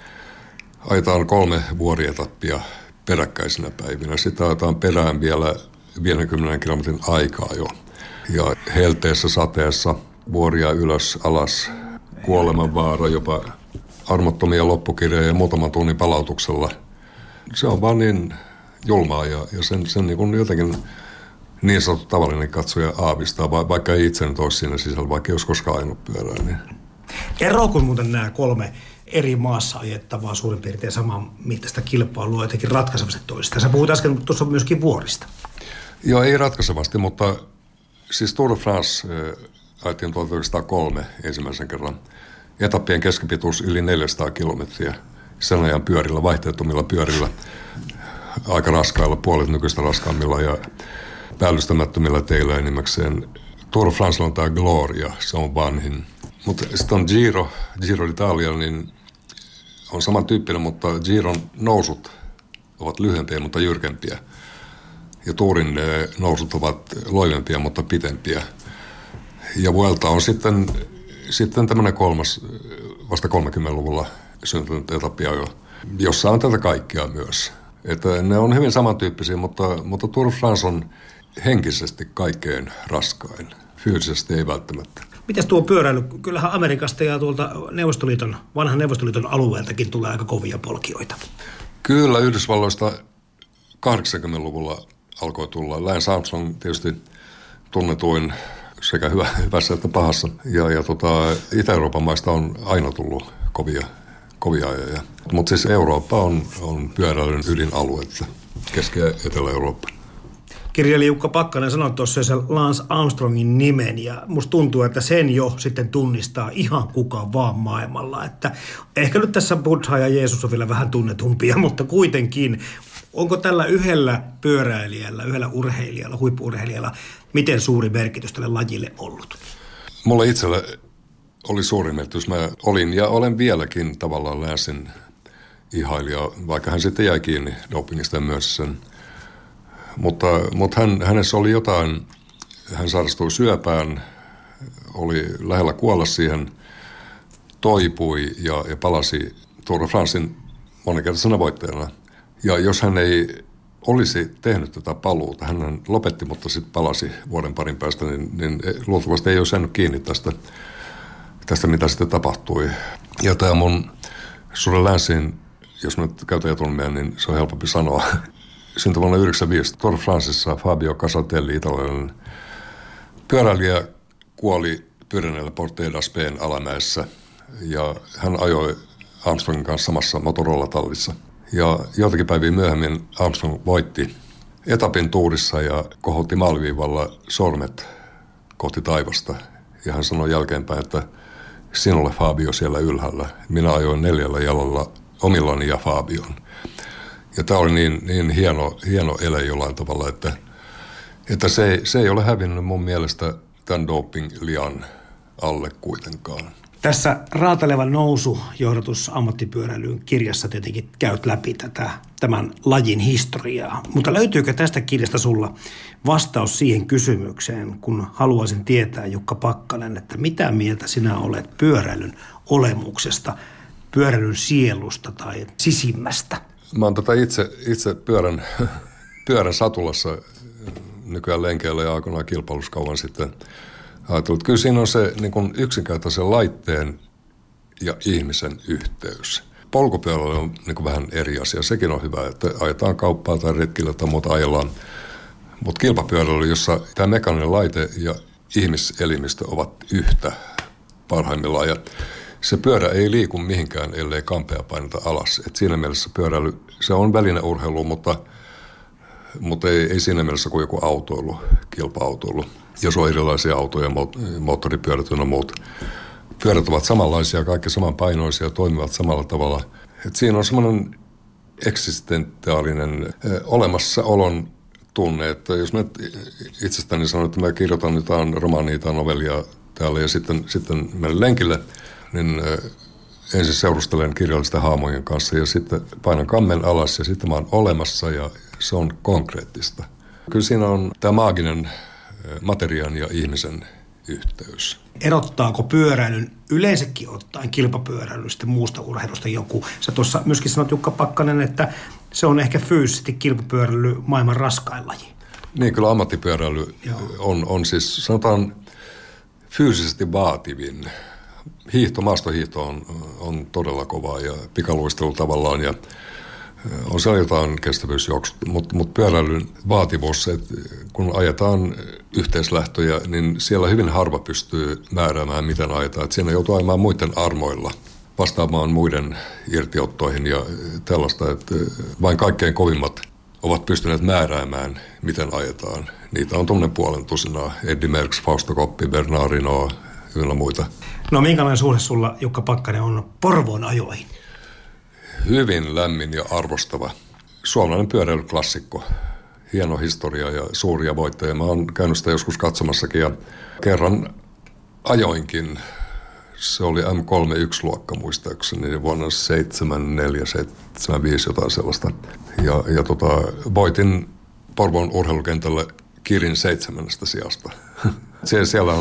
ajetaan 3 vuorietappia peräkkäisinä päivinä. Sitten ajetaan perään vielä 50 kilometrin aikaa jo. Ja helteessä, sateessa, vuoria ylös, alas, kuolemanvaara, jopa armottomia loppukirjoja ja muutaman tunnin palautuksella. Se on vaan niin julmaa ja sen niin kuin jotenkin niin sanottu tavallinen katsoja aavistaa, vaikka ei itse nyt olisi siinä sisällä, vaikka ei olisi koskaan ajanut pyörää. Niin. Eroako muuten nämä 3 eri maassa ajettavaa suurin piirtein saman mittaista kilpailua jotenkin ratkaisevasti toisista? Sä puhut äsken tuossa myöskin vuorista. Joo, ei ratkaisevasti, mutta siis Tour de France ajettiin 1903 ensimmäisen kerran. Etappien keskipituus yli 400 kilometriä. Sen ajan pyörillä, vaihteettomilla pyörillä, aika raskailla, puolet nykyistä raskaammilla ja päällystämättömillä teillä enimmäkseen. Tour de France on tämä Gloria, se on vanhin. Mutta sitten on Giro d'Italia, niin on samantyyppinen, mutta Giron nousut ovat lyhyempiä, mutta jyrkempiä. Ja Tourin nousut ovat loivempia, mutta pitempiä. Ja Vuelta on sitten tämmöinen kolmas, vasta 30-luvulla syntynyt etappiajo, jossa on tätä kaikkea myös. Että ne on hyvin samantyyppisiä, mutta Tour de France on henkisesti kaikkein raskain. Fyysisesti ei välttämättä. Mitäs tuo pyöräily? Kyllähän Amerikasta ja tuolta vanhan Neuvostoliiton alueeltakin tulee aika kovia polkijoita. Kyllä, Yhdysvalloista 80-luvulla alkoi tulla. Lance Armstrong tietysti tunnetuin sekä hyvässä että pahassa. Ja Itä-Euroopan maista on aina tullut kovia ajajia. Mutta siis Eurooppa on pyöräilyn ydinaluetta, Keski- ja Etelä-Eurooppa. Kirjailija Jukka Pakkanen sanoi tuossa sen Lance Armstrongin nimen ja musta tuntuu, että sen jo sitten tunnistaa ihan kuka vaan maailmalla. Että ehkä nyt tässä Buddha ja Jeesus on vielä vähän tunnetumpia, mutta kuitenkin onko tällä yhdellä pyöräilijällä, yhdellä urheilijalla, huippu-urheilijalla, miten suuri merkitys tälle lajille ollut? Mulle itselle oli suuri merkitys. Mä olin ja olen vieläkin tavallaan Lancen ihailija, vaikka hän sitten jäi kiinni dopingista myös sen. Mutta hänessä oli jotain, hän sairastui syöpään, oli lähellä kuolla siihen, toipui ja palasi Tour de Francein monikertaisena voittajana. Ja jos hän ei olisi tehnyt tätä paluuta, hän lopetti, mutta sitten palasi vuoden parin päästä, niin luultavasti ei olisi jäänyt kiinni tästä, mitä sitten tapahtui. Ja tämä mun suhde Lanceen, jos mä nyt käytän etunimea, niin se on helpompi sanoa. Syntyi vuonna 1995 Tour de Francessa Fabio Casatelli, italialainen pyöräilijä, kuoli Pyreneillä Porte d'Aspén alamäessä ja hän ajoi Armstrongin kanssa samassa Motorola-tallissa. Ja joitakin päiviä myöhemmin Armstrong voitti etapin tuurissa ja kohotti maaliviivalla sormet kohti taivasta. Ja hän sanoi jälkeenpäin, että sinulle Fabio siellä ylhäällä. Minä ajoin 4 jalalla omillani ja Fabion. Ja tämä oli niin hieno ele jollain tavalla, että se ei ole hävinnyt mun mielestä tämän doping-lian alle kuitenkaan. Tässä Raateleva nousu johdatus ammattipyöräilyyn kirjassa tietenkin käyt läpi tämän lajin historiaa. Mutta löytyykö tästä kirjasta sulla vastaus siihen kysymykseen, kun haluaisin tietää, Jukka Pakkanen, että mitä mieltä sinä olet pyöräilyn olemuksesta, pyöräilyn sielusta tai sisimmästä? Mä oon itse pyörän satulassa nykyään lenkeillä ja aikoinaan kilpailuskauan sitten ajatellut. Kyllä siinä on se niin kuin yksinkertaisen laitteen ja ihmisen yhteys. Polkupyörällä on niin kuin vähän eri asia. Sekin on hyvä, että ajetaan kauppaa tai retkillä tai muuta ajellaan. Mutta kilpapyörällä, jossa tämä mekaaninen laite ja ihmiselimistö ovat yhtä parhaimmillaan. Ja se pyörä ei liiku mihinkään, ellei kampea paineta alas. Et siinä mielessä pyöräily, se on välineurheilu, mutta mutta ei siinä mielessä kuin joku autoilu, kilpa-autoilu. Jos on erilaisia autoja, moottoripyörät ja muut. Pyörät ovat samanlaisia, kaikki samanpainoisia, toimivat samalla tavalla. Et siinä on semmoinen eksistentiaalinen olemassaolon tunne, että jos mä itsestäni sanon, että mä kirjoitan jotain romaania tai novellia täällä ja sitten menen lenkille, niin ensin seurustelen kirjallisten haamojen kanssa ja sitten painan kammen alas ja sitten mä oon olemassa ja se on konkreettista. Kyllä siinä on tämä maaginen materiaan ja ihmisen yhteys. Erottaako pyöräilyn yleensäkin ottaen kilpapyöräilystä muusta urheilusta joku? Sä tuossa myöskin sanot, Jukka Pakkanen, että se on ehkä fyysisesti kilpapyöräily maailman raskain laji. Niin, kyllä ammattipyöräily on siis sanotaan fyysisesti vaativin. Maastohiihto on todella kovaa ja pikaluistelu tavallaan ja on siellä jotain kestävyysjuoksut, mutta pyöräilyn vaativuus, että kun ajetaan yhteislähtöjä, niin siellä hyvin harva pystyy määräämään, miten ajetaan. Että siinä joutuu ajamaan muiden armoilla, vastaamaan muiden irtiottoihin ja tällaista, että vain kaikkein kovimmat ovat pystyneet määräämään, miten ajetaan. Niitä on tunnen tusinaa, Eddie Merckx, Fausto Coppi, Bernard Hinault ynnä muita. No minkälainen suhde sulla, Jukka Pakkanen, on Porvoon ajoihin? Hyvin lämmin ja arvostava. Suomalainen pyöräilyklassikko. Hieno historia ja suuria voittoja. Mä oon käynyt sitä joskus katsomassakin ja kerran ajoinkin. Se oli M31-luokka muistaakseni vuonna 74, 75 jotain sellaista. Ja voitin Porvoon urheilukentälle Kirin 7. sijasta. Siellä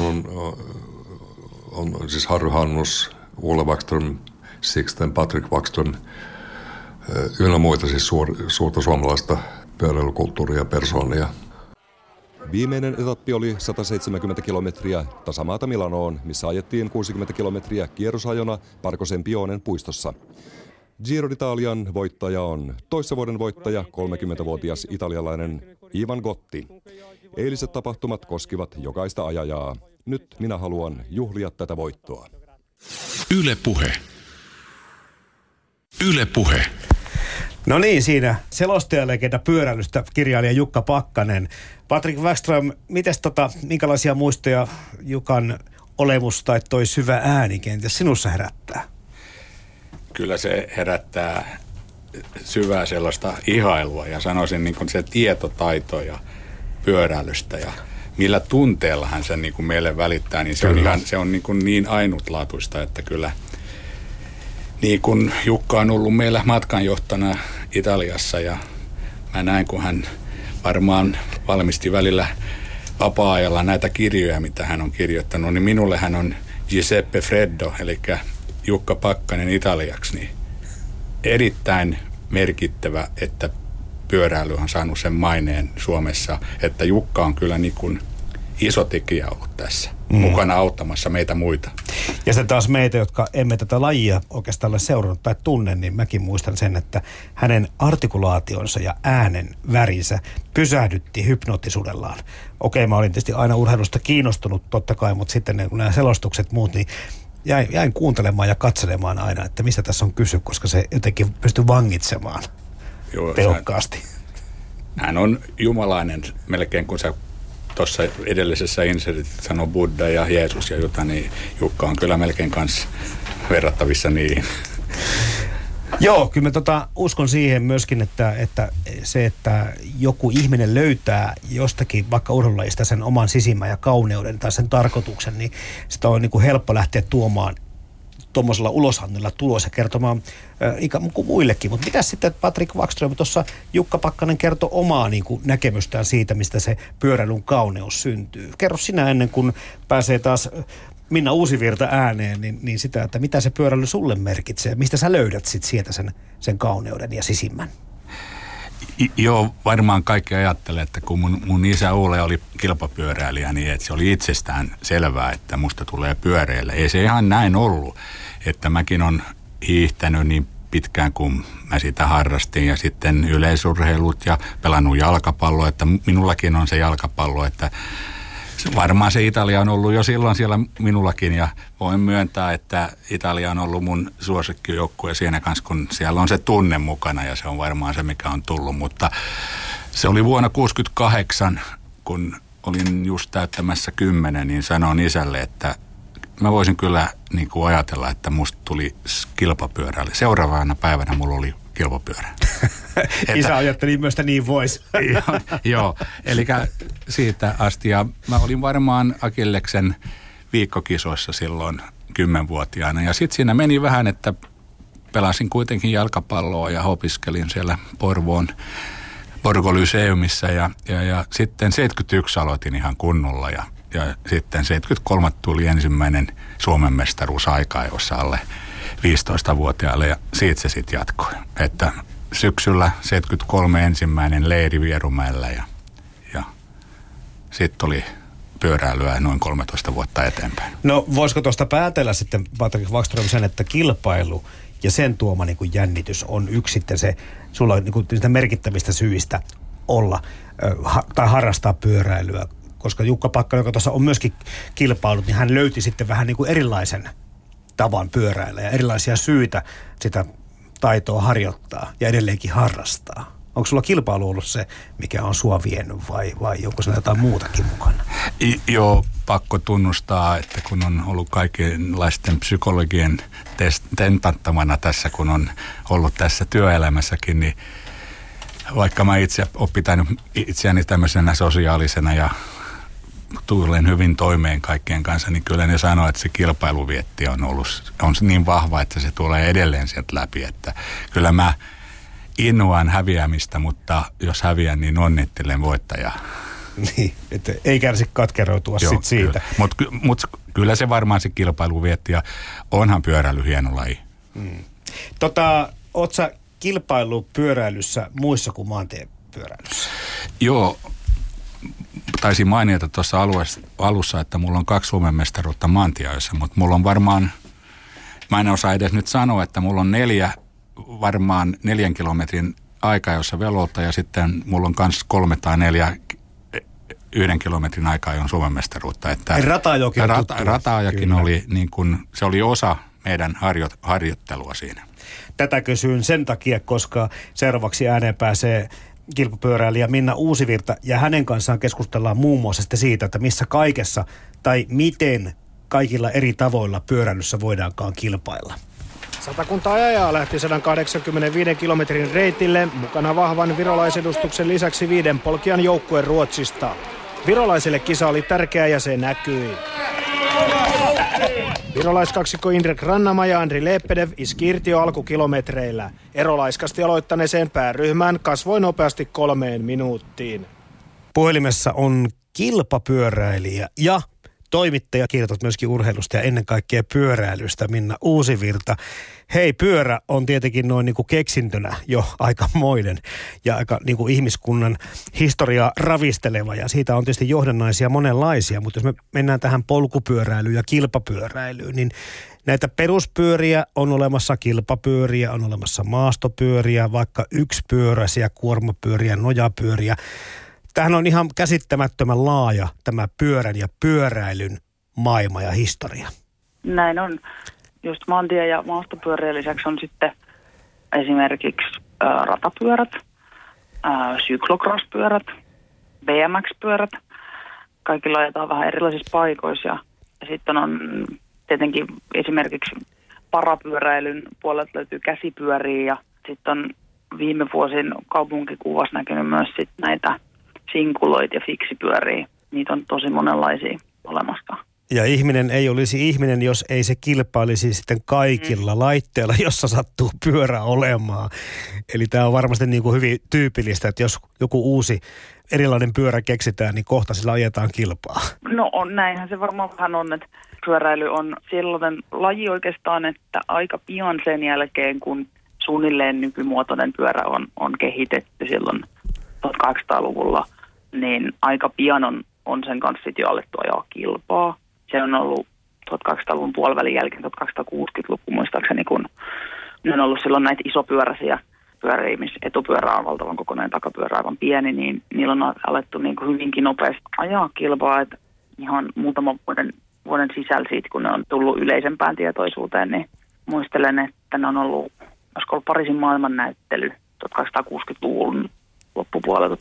on siis Harry Hannus, Ole Wackström, Sixten, Patrick Wackström, ynnä muita siis suurta suomalaista pyöräilykulttuuria ja persoonia. Viimeinen etappi oli 170 kilometriä tasamaata Milanoon, missä ajettiin 60 kilometriä kierrosajona Parco Sempionen puistossa. Giro d'Italian voittaja on toissa vuoden voittaja, 30-vuotias italialainen Ivan Gotti. Eiliset tapahtumat koskivat jokaista ajajaa. Nyt minä haluan juhlia tätä voittoa. Yle Puhe. Yle Puhe. No niin, siinä selostajalegenda pyöräilystä kirjailija Jukka Pakkanen. Patrick Wackström, minkälaisia muistoja Jukan olemus tai toi syvä ääni kenties sinussa herättää? Kyllä se herättää syvää sellaista ihailua ja sanoisin niin kuin se tietotaito ja pyöräilystä ja millä tunteella hän sen niin kuin meille välittää, niin se on niin ainutlaatuista, että kyllä niin kuin Jukka on ollut meillä matkanjohtona Italiassa ja mä näin, kun hän varmaan valmisti välillä vapaa-ajalla näitä kirjoja, mitä hän on kirjoittanut, niin minulle hän on Giuseppe Freddo, eli Jukka Pakkanen italiaksi, niin erittäin merkittävä, että pyöräily on saanut sen maineen Suomessa, että Jukka on kyllä niin kuin iso tekijä ollut tässä, mukana auttamassa meitä muita. Ja se taas meitä, jotka emme tätä lajia oikeastaan ole seurannut tai tunne, niin mäkin muistan sen, että hänen artikulaationsa ja äänen värinsä pysähdytti hypnoottisuudellaan. Okei, mä olin tietysti aina urheilusta kiinnostunut totta kai, mutta sitten kun nämä selostukset muut, niin jäin kuuntelemaan ja katselemaan aina, että mistä tässä on kyse, koska se jotenkin pystyi vangitsemaan tehokkaasti. Hän on jumalainen melkein, kun sä tuossa edellisessä insertissä sanoi Buddha ja Jeesus ja jotain, niin Jukka on kyllä melkein kanssa verrattavissa niihin. Joo, kyllä mä uskon siihen myöskin, että se, että joku ihminen löytää jostakin vaikka urheilulajista sen oman sisimmän ja kauneuden tai sen tarkoituksen, niin sitä on niin kuin helppo lähteä tuomaan tuommoisella uloshannilla tulos ja kertomaan ikään kuin muillekin. Mutta mitä sitten Patrick Wackström tuossa Jukka Pakkanen kertoi omaa niin kuin näkemystään siitä, mistä se pyöräilyn kauneus syntyy. Kerro sinä ennen kuin pääsee taas Minna Uusivirta ääneen, niin sitä, että mitä se pyöräily sulle merkitsee. Mistä sä löydät sit sieltä sen kauneuden ja sisimmän? Joo, varmaan kaikki ajattelee, että kun mun isä Ole oli kilpapyöräilijä, niin että se oli itsestään selvää, että musta tulee pyöräillä. Ei se ihan näin ollut, että mäkin on hiihtänyt niin pitkään kuin mä sitä harrastin ja sitten yleisurheilut ja pelannut jalkapalloa, että minullakin on se jalkapallo, että varmaan se Italia on ollut jo silloin siellä minullakin ja voin myöntää, että Italia on ollut mun suosikkijoukkue siinä kanssa, kun siellä on se tunne mukana ja se on varmaan se, mikä on tullut. Mutta Se oli vuonna 1968, kun olin just täyttämässä 10, niin sanoin isälle, että mä voisin kyllä niin kuin ajatella, että musta tuli kilpapyörä. Seuraavana päivänä mulla oli kilpapyörä. Isä ajatteli myös, että niin voisi. Joo, eli siitä asti. Ja mä olin varmaan Akilleksen viikkokisoissa silloin 10-vuotiaana. Ja sitten siinä meni vähän, että pelasin kuitenkin jalkapalloa ja opiskelin siellä Borgo Lyceumissa. Ja sitten 71 aloitin ihan kunnolla ja sitten 73 tuli ensimmäinen Suomen mestaruus aika-ajoissa alle 15-vuotiaille ja siitä se sitten jatkoi. Että syksyllä 73 ensimmäinen leiri Vierumäellä ja sitten oli pyöräilyä noin 13 vuotta eteenpäin. No voisiko tuosta päätellä sitten, Patrik Wågström, sen, että kilpailu ja sen tuoma niin kuin jännitys on yksi sitten se, sulla on niin kuin niistä merkittävistä syistä olla tai harrastaa pyöräilyä, koska Jukka Pakkanen, joka tuossa on myöskin kilpailut, niin hän löyti sitten vähän niin kuin erilaisen tavan pyöräillä ja erilaisia syitä sitä taitoa harjoittaa ja edelleenkin harrastaa. Onko sulla kilpailu ollut se, mikä on sua vienyt vai onko siinä jotain muutakin mukana? Joo, pakko tunnustaa, että kun on ollut kaikenlaisten psykologien tentattamana tässä, kun on ollut tässä työelämässäkin, niin vaikka mä itse olen pitänyt itseäni tämmöisenä sosiaalisena ja tulen hyvin toimeen kaikkien kanssa, niin kyllä ne sanoo, että se kilpailuvietti on niin vahva, että se tulee edelleen sieltä läpi, että kyllä mä innoan häviämistä, mutta jos häviän, niin onnittelen voittajaa. Niin, että ei kärsi katkeroitua sit siitä. Mutta kyllä se varmaan se kilpailu vietti ja onhan pyöräily hieno laji. Oot sä kilpailupyöräilyssä muissa kuin maantiepyöräilyssä? Joo, taisin mainita tuossa alussa, että mulla on 2 Suomen mestaruutta maantieajoissa, mutta mulla on varmaan, mä en osaa edes nyt sanoa, että mulla on 4 kilometrin aika-ajossa velolta ja sitten mulla on myös 3 tai 4 1 kilometrin aika-ajon Suomen mestaruutta. Rataajakin oli, niin kun, se oli osa meidän harjoittelua siinä. Tätä kysyn sen takia, koska seuraavaksi ääneen pääsee kilpapyöräilijä Minna Uusivirta ja hänen kanssaan keskustellaan muun muassa siitä, että missä kaikessa tai miten kaikilla eri tavoilla pyöräilyssä voidaankaan kilpailla. Satakunta ajajaa lähti 185 kilometrin reitille, mukana vahvan virolaisedustuksen lisäksi 5 polkijan joukkue Ruotsista. Virolaisille kisa oli tärkeä ja se näkyi. Virolaiskaksikko Indrek Rannama ja Andri Lepedev iski irti jo alkukilometreillä. Ero laiskasti aloittaneeseen pääryhmään kasvoi nopeasti 3 minuuttiin. Puhelimessa on kilpapyöräilijä ja toimittaja, kirjoitat myöskin urheilusta ja ennen kaikkea pyöräilystä, Minna Uusivirta. Hei, pyörä on tietenkin noin niin kuin keksintönä jo aikamoinen ja aika niin kuin ihmiskunnan historiaa ravisteleva ja siitä on tietysti johdannaisia monenlaisia, mutta jos me mennään tähän polkupyöräilyyn ja kilpapyöräilyyn, niin näitä peruspyöriä on olemassa, kilpapyöriä on olemassa, maastopyöriä, vaikka yksipyöräisiä, kuormapyöriä, nojapyöriä. Tämähän on ihan käsittämättömän laaja tämä pyörän ja pyöräilyn maailma ja historia. Näin on. Just maantie- ja maastopyörien lisäksi on sitten esimerkiksi ratapyörät, syklocross-pyörät, BMX-pyörät. Kaikilla ajetaan vähän erilaisissa paikoissa ja sitten on tietenkin esimerkiksi parapyöräilyn puolelta löytyy käsipyöriä ja sitten on viime vuosien kaupunkikuvassa näkynyt myös sitten näitä sinkuloit ja fiksipyöriä. Niitä on tosi monenlaisia olemassa. Ja ihminen ei olisi ihminen, jos ei se kilpailisi sitten kaikilla laitteilla, jossa sattuu pyörä olemaan. Eli tämä on varmasti niin kuin hyvin tyypillistä, että jos joku uusi erilainen pyörä keksitään, niin kohta sillä ajetaan kilpaa. No näinhän se varmaan vähän on, että pyöräily on sellainen laji oikeastaan, että aika pian sen jälkeen, kun suunnilleen nykymuotoinen pyörä on kehitetty silloin 1800-luvulla, niin aika pian on sen kanssa sitten jo alettu ajaa kilpaa. Se on ollut 1800-luvun puolivälin jälkeen, 1860-luku muistaakseni, kun ne on ollut silloin näitä isopyöräisiä pyöriä, missä etupyörä on valtavan kokoinen, takapyörä aivan pieni, niin niillä on alettu niin kuin hyvinkin nopeasti ajaa kilpaa, että ihan muutaman vuoden sisällä siitä, kun ne on tullut yleisempään tietoisuuteen, niin muistelen, että ne on ollut, olisiko ollut Pariisin maailmannäyttely 1860-luvun loppupuolella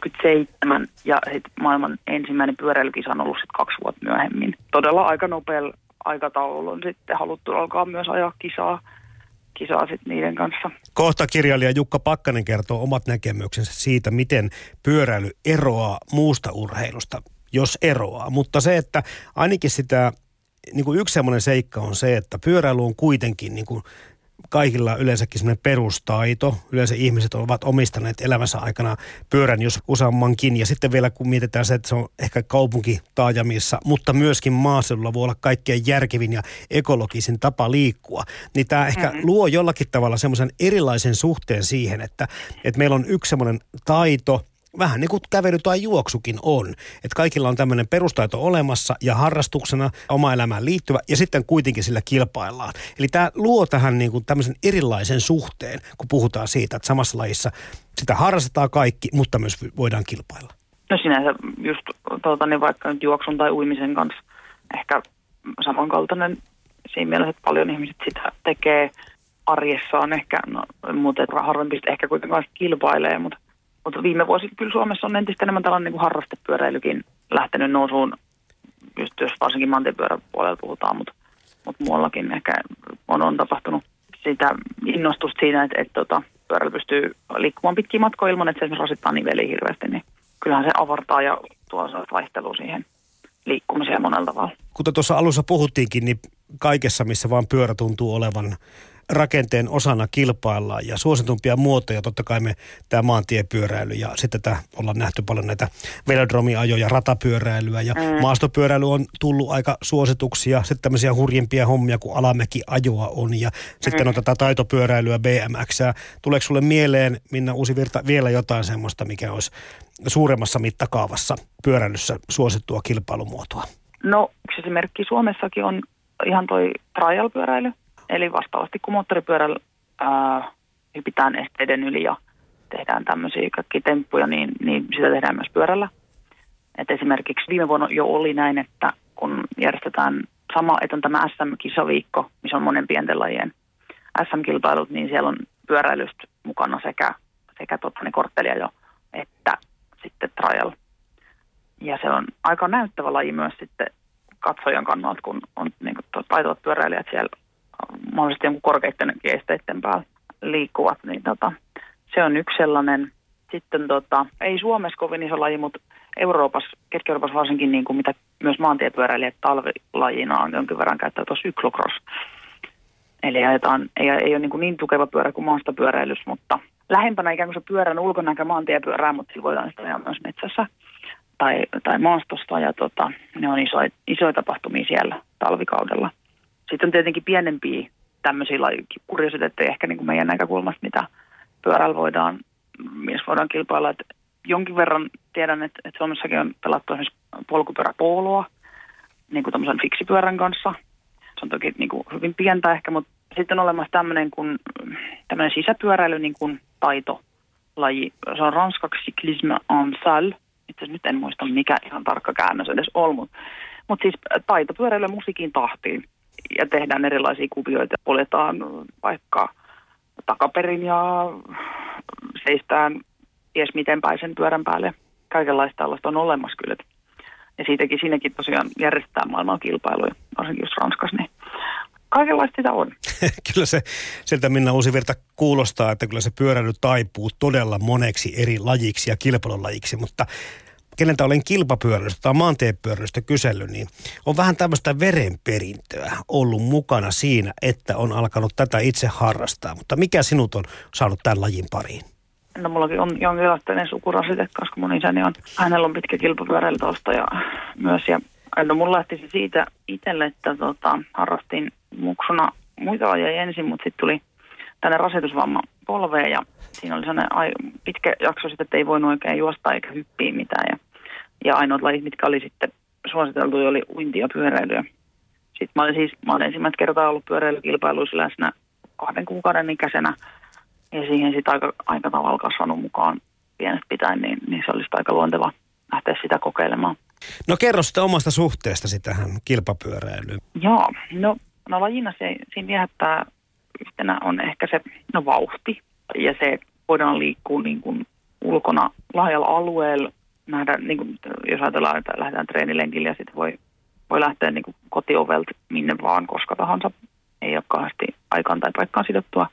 1967 ja sitten maailman ensimmäinen pyöräilykisa on ollut sitten 2 vuotta myöhemmin. Todella aika nopealla aikataululla on sitten haluttu alkaa myös ajaa kisaa sitten niiden kanssa. Kohta kirjailija Jukka Pakkanen kertoo omat näkemyksensä siitä, miten pyöräily eroaa muusta urheilusta, jos eroaa. Mutta se, että ainakin sitä, niin kuin yksi semmoinen seikka on se, että pyöräily on kuitenkin niin kuin kaikilla yleensäkin semmoinen perustaito. Yleensä ihmiset ovat omistaneet elämänsä aikana pyörän jos useammankin. Ja sitten vielä kun mietitään se, että se on ehkä kaupunkitaajamissa, mutta myöskin maaseudulla voi olla kaikkein järkevin ja ekologisin tapa liikkua. Niin tämä ehkä luo jollakin tavalla semmoisen erilaisen suhteen siihen, että meillä on yksi semmoinen taito, vähän niin kuin kävely tai juoksukin on. Että kaikilla on tämmöinen perustaito olemassa ja harrastuksena oma elämään liittyvä ja sitten kuitenkin sillä kilpaillaan. Eli tämä luo tähän niin kuin tämmöisen erilaisen suhteen, kun puhutaan siitä, että samassa lajissa sitä harrastetaan kaikki, mutta myös voidaan kilpailla. No sinänsä just niin vaikka nyt juoksun tai uimisen kanssa ehkä samankaltainen siinä mielessä, että paljon ihmiset sitä tekee arjessaan ehkä, mutta harvempi ehkä kuitenkaan kilpailee, mutta viime vuosi kyllä Suomessa on entistä enemmän tällainen niin kuin harrastepyöräilykin lähtenyt nousuun, just jos varsinkin maantiepyörän puolella puhutaan, mutta muuallakin ehkä on tapahtunut sitä innostusta siinä, että pyöräily pystyy liikkumaan pitkiä matkoja ilman, että se esimerkiksi rasittaa niveliä hirveästi, niin kyllähän se avartaa ja tuo vaihtelua siihen liikkumiseen monella tavalla. Kuten tuossa alussa puhuttiinkin, niin kaikessa, missä vaan pyörä tuntuu olevan rakenteen osana kilpaillaan ja suositumpia muotoja, totta kai tämä maantiepyöräily ja sitten ollaan nähty paljon näitä velodromiajoja, ratapyöräilyä ja maastopyöräily on tullut aika suosituksia, sitten tämmöisiä hurjimpia hommia kuin alamäkiajoa on ja sitten on tätä taitopyöräilyä, BMXää. Tuleeko sulle mieleen, Minna Uusivirta, vielä jotain semmoista, mikä olisi suuremmassa mittakaavassa pyöräilyssä suosittua kilpailumuotoa? No yksi esimerkki Suomessakin on ihan toi trial-pyöräily. Eli vastaavasti kun moottoripyörällä hypitään esteiden yli ja tehdään tämmöisiä kaikkia temppuja, niin sitä tehdään myös pyörällä. Et esimerkiksi viime vuonna jo oli näin, että kun järjestetään että on tämä SM-kisaviikko, missä on monen pienten lajien SM-kilpailut, niin siellä on pyöräilystä mukana sekä kortteliajo että sitten trial. Ja se on aika näyttävä laji myös sitten katsojan kannalta, kun on niin kuin taitavat pyöräilijät siellä mahdollisesti jonkun korkeiden esteiden päällä liikkuvat, niin se on yksi sellainen. Sitten ei Suomessa kovin iso laji, mutta Euroopassa, Keski-Euroopassa varsinkin, niin kuin mitä myös maantiepyöräilijät talvilajina on jonkin verran käyttää tuossa cyclocross. Eli ei ole niin tukeva pyörä kuin maastopyöräilys, mutta lähempänä ikään kuin se pyörän ulkonäkö maantiepyörää, mutta sillä voidaan sitä ajaa myös metsässä tai maastosta ja ne on isoja tapahtumia siellä talvikaudella. Sitten on tietenkin pienempiä tämmöisiä kuriositeetteja ehkä niin kuin meidän näkökulmasta, mitä pyörällä voidaan kilpailla. Et jonkin verran tiedän, että Suomessakin on pelattu esimerkiksi polkupyöräpooloa niin kuin tämmöisen fiksipyörän kanssa. Se on toki niin kuin hyvin pientä ehkä, mutta sitten on olemassa tämmöinen sisäpyöräily niin kuin taitolaji. Se on ranskaksi cyclisme en salle. Itse asiassa nyt en muista, mikä ihan tarkka käännös edes on, mutta siis taitopyöräily musiikin tahtiin. Ja tehdään erilaisia kuvioita, poljetaan vaikka takaperin ja seistään ties miten päin sen pyörän päälle. Kaikenlaista tällaista on olemassa kyllä. Ja siinäkin tosiaan järjestetään maailman kilpailuja, varsinkin just Ranskassa, niin kaikenlaista sitä on. Kyllä se sieltä Minna Uusivirta kuulostaa, että kyllä se pyöräily taipuu todella moneksi eri lajiksi ja kilpailulajiksi, mutta keneltä olen kilpapyöräilystä tai maantiepyöräilystä kysellyt, niin on vähän tämmöistä verenperintöä ollut mukana siinä, että on alkanut tätä itse harrastaa. Mutta mikä sinut on saanut tämän lajin pariin? No mullakin on jonkinlainen sukurasite, koska mun isäni hänellä on pitkä kilpapyöräilytausta ja myös. Ja no mulla lähti se siitä itselle, että harrastin muksuna muita lajeja ensin, mutta sitten tuli tänne rasitusvamma polveen ja siinä oli sellainen pitkä jakso sitten, että ei voinut oikein juosta eikä hyppiä mitään. Ja ainoat lajit, mitkä oli sitten suositeltu, oli uinti ja pyöräily. Sitten mä olen ensimmäistä kertaa ollut pyöräilykilpailuissa läsnä 2 kuukauden ikäisenä. Ja siihen sitten aika tavalla kasvanut mukaan pienestä pitäen, niin se olisi aika luonteva lähteä sitä kokeilemaan. No kerro sitä omasta suhteestasi tähän kilpapyöräilyyn. Joo, no lajina siinä viehättää yhtenä on ehkä se vauhti ja se voidaan liikkua niin kuin ulkona laajalla alueella nähdä, niin kuin, jos ajatellaan, että lähdetään treenilenkille ja sitten voi lähteä niin kuin kotiovelta minne vaan koska tahansa. Ei ole kauheasti aikaan tai paikkaan sidottua.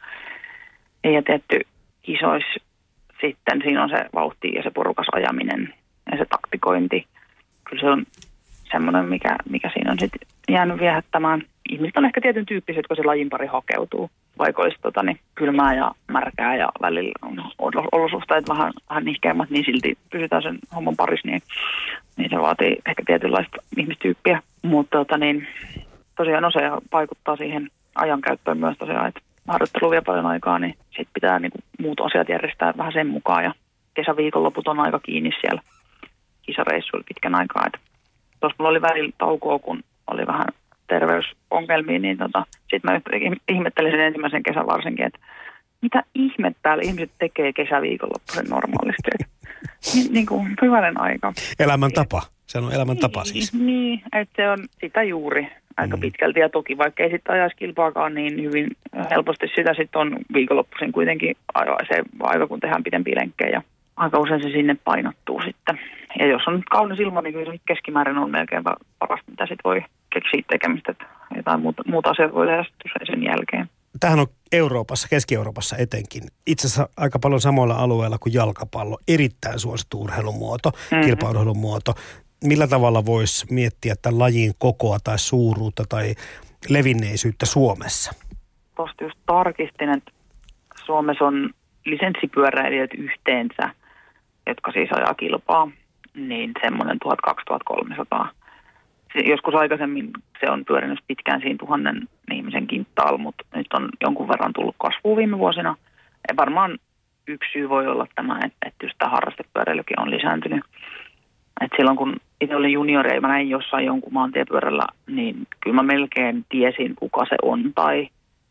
Ja tietty kisoissa sitten siinä on se vauhti ja se porukas ajaminen ja se taktikointi. Kyllä se on semmoinen, mikä siinä on sitten jäänyt viehättämään. Ihmiset on ehkä tietyn tyyppiset, kun se lajin pari hakeutuu. Vaikka olisi kylmää ja märkää ja välillä on olosuhteet vähän nihkeämmät, niin silti pysytään sen homman parissa, niin se vaatii ehkä tietynlaista ihmistyyppiä. Mutta tosiaan se vaikuttaa siihen ajankäyttöön myös tosiaan, että harjoittelu vie paljon aikaa, niin sitten pitää niinku muut asiat järjestää vähän sen mukaan. Ja kesäviikonloput on aika kiinni siellä kisareissuilla pitkän aikaa. Tuossa mulla oli välillä taukoa, kun oli vähän terveysongelmia, niin sitten mä ihmettelin sen ensimmäisen kesän varsinkin, että mitä ihmettä täällä ihmiset tekee kesäviikonloppuisen normaalisti. Niin kuin hyvänen aika. Elämäntapa. Se on elämäntapa siis. Niin, että se on sitä juuri aika pitkälti. Ja toki vaikka ei sitten ajaisi kilpaakaan, niin hyvin helposti sitä sitten on viikonloppuisin kuitenkin se aika, kun tehdään pidempiä lenkkejä. Aika usein se sinne painottuu sitten. Ja jos on kaunis ilma, niin kyllä se keskimäärin on melkein parasta, mitä sitten voi keksiä tekemistä. Että jotain muuta asiat voi tehdä sen jälkeen. Tämähän on Euroopassa, Keski-Euroopassa etenkin. Itse asiassa aika paljon samoilla alueilla kuin jalkapallo. Erittäin suosittu urheilumuoto, kilpaurheilumuoto. Millä tavalla voisi miettiä tämän lajin kokoa tai suuruutta tai levinneisyyttä Suomessa? Tuosta just tarkistin, että Suomessa on lisenssipyöräilijät yhteensä, jotka siis ajaa kilpaa, niin semmoinen 1200-1300. Joskus aikaisemmin se on pyörinyt pitkään siinä 1000 ihmisen kinttaalla, mutta nyt on jonkun verran tullut kasvua viime vuosina. Ja varmaan yksi syy voi olla tämä, että just tämä harrastepyöräilykin on lisääntynyt. Et silloin kun itse olin juniori ja mä näin jossain jonkun maantiepyörällä, niin kyllä mä melkein tiesin, kuka se on. Tai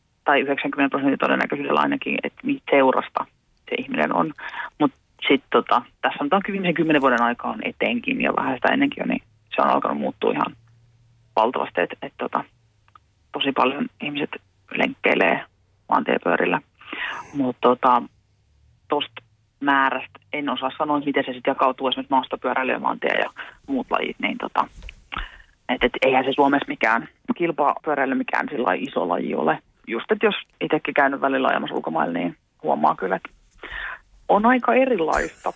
90% todennäköisyydellä ainakin, että mitä seurasta se ihminen on. Mutta sitten tässä on viimeisen 10 vuoden aikaan etenkin ja vähän sitä ennenkin jo, niin se on alkanut muuttua ihan valtavasti, että tosi paljon ihmiset lenkkeilee maantiepyörillä. Mutta tuosta määrästä en osaa sanoa, miten se sitten jakautuu esimerkiksi maastopyöräily ja maantie ja muut lajit, niin että eihän se Suomessa mikään kilpapyöräily mikään sillä iso laji ole. Just, että jos itsekin käynyt välillä ajamassa ulkomailla, niin huomaa kyllä, että on aika erilaista.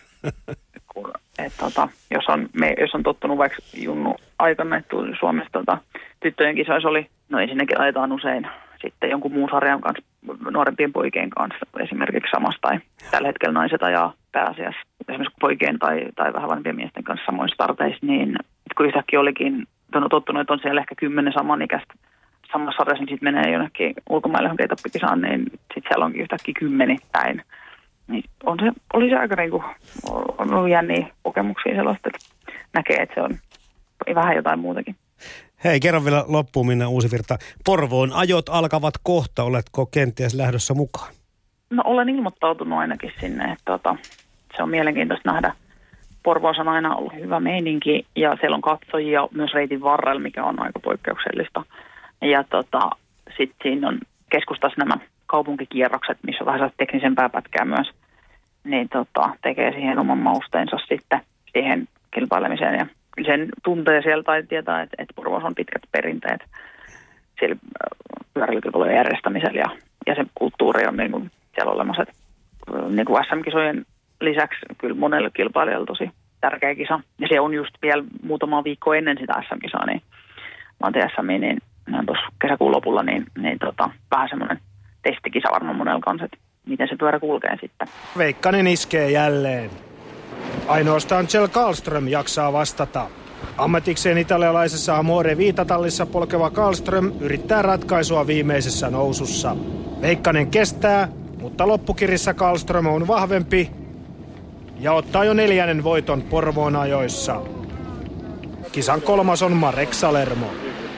Jos on tottunut vaikka junnu aikana, että Suomessa tyttöjen kisoissa oli, no ensinnäkin ajetaan usein sitten jonkun muun sarjan kanssa, nuorempien poikien kanssa esimerkiksi samasta, tai tällä hetkellä naiset ajaa pääasiassa esimerkiksi poikien tai vähän vanhempien miesten kanssa samoin starteissa, niin kun yhtäkkiä olikin tottunut, että on siellä ehkä 10 samanikäistä samassa sarjassa, niin sitten menee jonnekin ulkomaille johonkin etappikisaan, niin sitten siellä onkin yhtäkkiä 10 päin. Niin oli se aika on ollut jänniä kokemuksia sellaista, että näkee, että se on vähän jotain muutakin. Hei, kerran vielä loppuun Minna Uusivirta. Porvoon ajot alkavat kohta. Oletko kenties lähdössä mukaan? No olen ilmoittautunut ainakin sinne, että se on mielenkiintoista nähdä. Porvoossa on aina ollut hyvä meininki ja siellä on katsojia myös reitin varrella, mikä on aika poikkeuksellista. Ja sitten siinä on keskustassa nämä kaupunkikierrokset, missä on vähän teknisempää pätkää myös, niin tekee siihen oman mausteensa sitten siihen kilpailemiseen. Ja sen tuntee siellä tai tietää, että Porvoossa on pitkät perinteet siellä pyöräilykilpailujen järjestämisellä ja se kulttuuri on niin kuin siellä olemassa. Niin kuin SM-kisojen lisäksi kyllä monelle kilpailijalle tosi tärkeä kisa. Ja se on just vielä muutama viikko ennen sitä SM-kisaa, niin maantie-SMiä, niin tuossa kesäkuun lopulla, niin vähän semmoinen testikisa varmaan monella kanssa, että miten se pyörä kulkee sitten. Veikkanen iskee jälleen. Ainoastaan Kjell Karlström jaksaa vastata. Ammatikseen italialaisessa Amore Viitatallissa polkeva Karlström yrittää ratkaisua viimeisessä nousussa. Veikkanen kestää, mutta loppukirissa Karlström on vahvempi ja ottaa jo 4. voiton Porvoon ajoissa. Kisan 3. on Marek Salermo.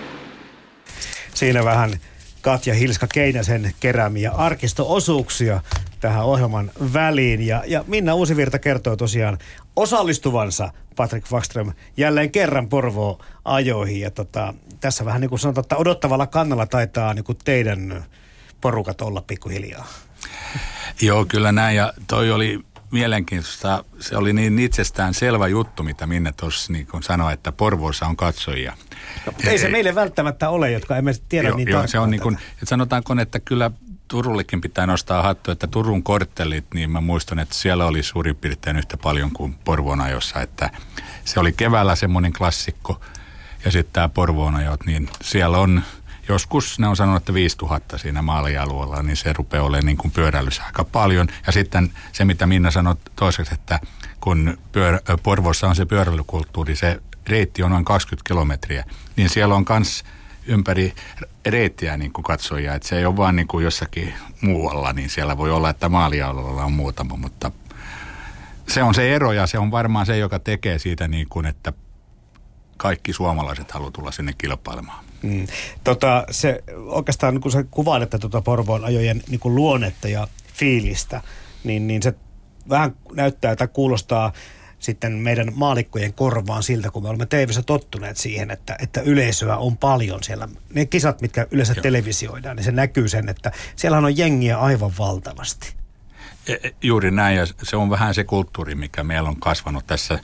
Siinä vähän Katja Hilska-Keinäsen keräämiä arkistoosuuksia tähän ohjelman väliin. Ja Minna Uusivirta kertoo tosiaan osallistuvansa Patrik Wågström jälleen kerran Porvoo-ajoihin. Ja tässä vähän niin kuin sanotaan, että odottavalla kannalla taitaa niin kuin teidän porukat olla pikkuhiljaa. Joo, kyllä näin. Ja toi oli mielenkiintoista. Se oli niin itsestään selvä juttu, mitä Minna tuossa niin sanoi, että Porvoossa on katsojia. No, ei se meille välttämättä ole, jotka emme tiedä niin tarkkaan. Se on niin kuin, että sanotaanko, että kyllä Turullekin pitää nostaa hattu, että Turun korttelit, niin mä muistan, että siellä oli suurin piirtein yhtä paljon kuin Porvoon ajossa, että se oli keväällä semmoinen klassikko, ja sitten tämä Porvoon ajot, niin siellä on joskus, ne on sanonut, että 5000 siinä maalialueella, niin se rupeaa olemaan niin kuin pyöräilyssä aika paljon. Ja sitten se, mitä Minna sanoi toiseksi, että kun Porvoossa on se pyöräilykulttuuri, se reitti on noin 20 kilometriä, niin siellä on myös ympäri reittiä niin kuin katsojia, että se ei ole vaan niin kuin jossakin muualla, niin siellä voi olla, että maalialueella on muutama, mutta se on se ero ja se on varmaan se, joka tekee siitä niin kuin, että kaikki suomalaiset haluaa tulla sinne kilpailemaan. Se oikeastaan, kun sä kuvailette Porvoon ajojen niin kuin luonnetta ja fiilistä, niin se vähän näyttää tai kuulostaa sitten meidän maalikkojen korvaan siltä, kun me olemme TV:ssä tottuneet siihen, että yleisöä on paljon siellä. Ne kisat, mitkä yleensä televisioidaan, niin se näkyy sen, että siellä on jengiä aivan valtavasti. Juuri näin, ja se on vähän se kulttuuri, mikä meillä on kasvanut tässä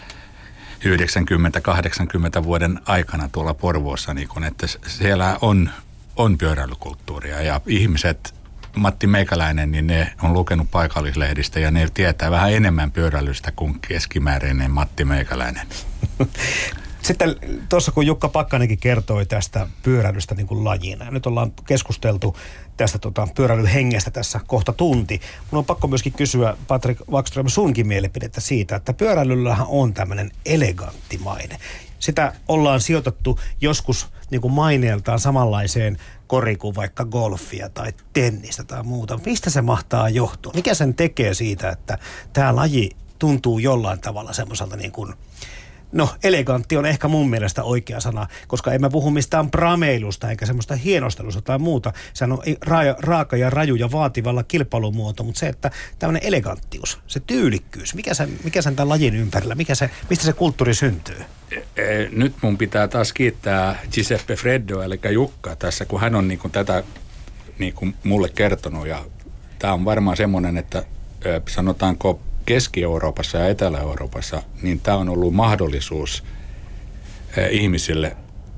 90-80 vuoden aikana tuolla Porvoossa, niin kun, että siellä on pyöräilykulttuuria ja ihmiset, Matti Meikäläinen, niin ne on lukenut paikallislehdistä ja ne tietää vähän enemmän pyöräilystä kuin keskimääräinen Matti Meikäläinen. Sitten tuossa kun Jukka Pakkanenkin kertoi tästä pyöräilystä niin kuin lajina, ja nyt ollaan keskusteltu tästä pyöräilyn hengestä tässä kohta tunti. Mun on pakko myöskin kysyä, Patrik Wackström, sunkin mielipidettä siitä, että pyöräilyllähän on tämmöinen elegantti maine. Sitä ollaan sijoitettu joskus niin kuin maineeltaan samanlaiseen koriin kuin vaikka golfia tai tennistä tai muuta. Mistä se mahtaa johtua? Mikä sen tekee siitä, että tämä laji tuntuu jollain tavalla semmoiselta niin kuin, elegantti on ehkä mun mielestä oikea sana, koska en mä puhu mistään prameilusta eikä semmoista hienostelusta tai muuta. Sehän on raaka ja raju ja vaativalla kilpailumuoto, mutta se, että tämmöinen eleganttius, se tyylikkyys, mikä sen tämän lajin ympärillä, mistä se kulttuuri syntyy? Nyt mun pitää taas kiittää Giuseppe Freddo, eli Jukka tässä, kun hän on niin kuin tätä niin kuin mulle kertonut. Ja tämä on varmaan semmoinen, että sanotaanko Keski-Euroopassa ja Etelä-Euroopassa, niin tämä on ollut mahdollisuus ihmisille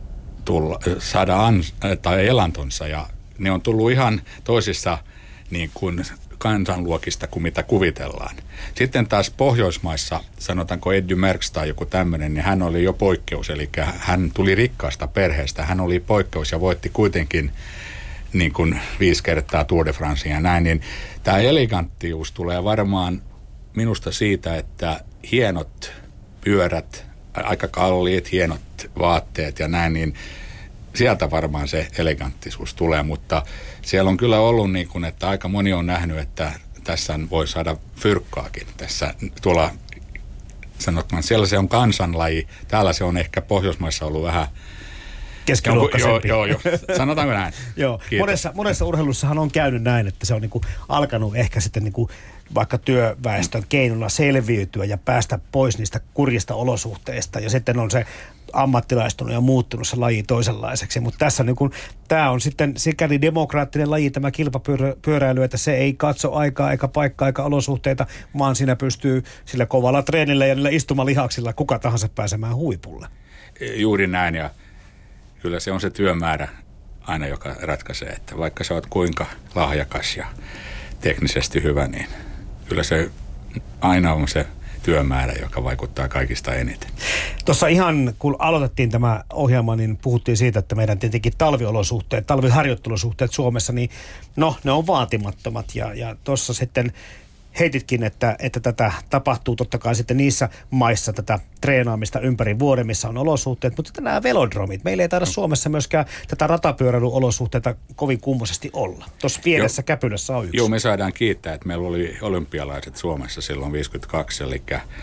saada elantonsa. Ja ne on tullut ihan toisissa niin kuin kansanluokista kuin mitä kuvitellaan. Sitten taas Pohjoismaissa, sanotaanko Eddie Merckx tai joku tämmöinen, niin hän oli jo poikkeus. Eli hän tuli rikkaasta perheestä, hän oli poikkeus ja voitti kuitenkin niin kuin 5 kertaa Tour de Francea ja näin. Niin tämä eleganttius tulee varmaan minusta siitä, että hienot pyörät, aika kalliit, hienot vaatteet ja näin, niin sieltä varmaan se eleganttisuus tulee, mutta siellä on kyllä ollut niin kuin, että aika moni on nähnyt, että tässä voi saada fyrkkaakin. Tässä tuolla sanotaan, siellä se on kansanlaji, täällä se on ehkä Pohjoismaissa ollut vähän keskiluokkaisempi. Joo. Sanotaanko näin? Joo. Monessa urheilussahan on käynyt näin, että se on niinku alkanut ehkä sitten niinku vaikka työväestön keinolla selviytyä ja päästä pois niistä kurjista olosuhteista. Ja sitten on se ammattilaistunut ja muuttunut se laji toisenlaiseksi. Mutta tässä niinku, tämä on sitten sikäli demokraattinen laji, tämä kilpapyöräily, että se ei katso aikaa eikä paikkaa eikä olosuhteita, vaan siinä pystyy sillä kovalla treenillä ja niillä istumalihaksilla kuka tahansa pääsemään huipulle. Juuri näin, ja kyllä se on se työmäärä aina, joka ratkaisee, että vaikka sä oot kuinka lahjakas ja teknisesti hyvä, niin kyllä se aina on se työmäärä, joka vaikuttaa kaikista eniten. Tuossa ihan kun aloitettiin tämä ohjelma, niin puhuttiin siitä, että meidän tietenkin talviharjoittelusuhteet Suomessa, niin ne on vaatimattomat ja tuossa sitten heititkin, että tätä tapahtuu totta kai sitten niissä maissa tätä treenaamista ympäri vuoden, missä on olosuhteet, mutta sitten nämä velodromit. Meillä ei taida Suomessa myöskään tätä ratapyöräilyolosuhteita kovin kummoisesti olla. Tuossa pienessä Käpylässä on yksi. Joo, me saadaan kiittää, että meillä oli olympialaiset Suomessa silloin 52, eli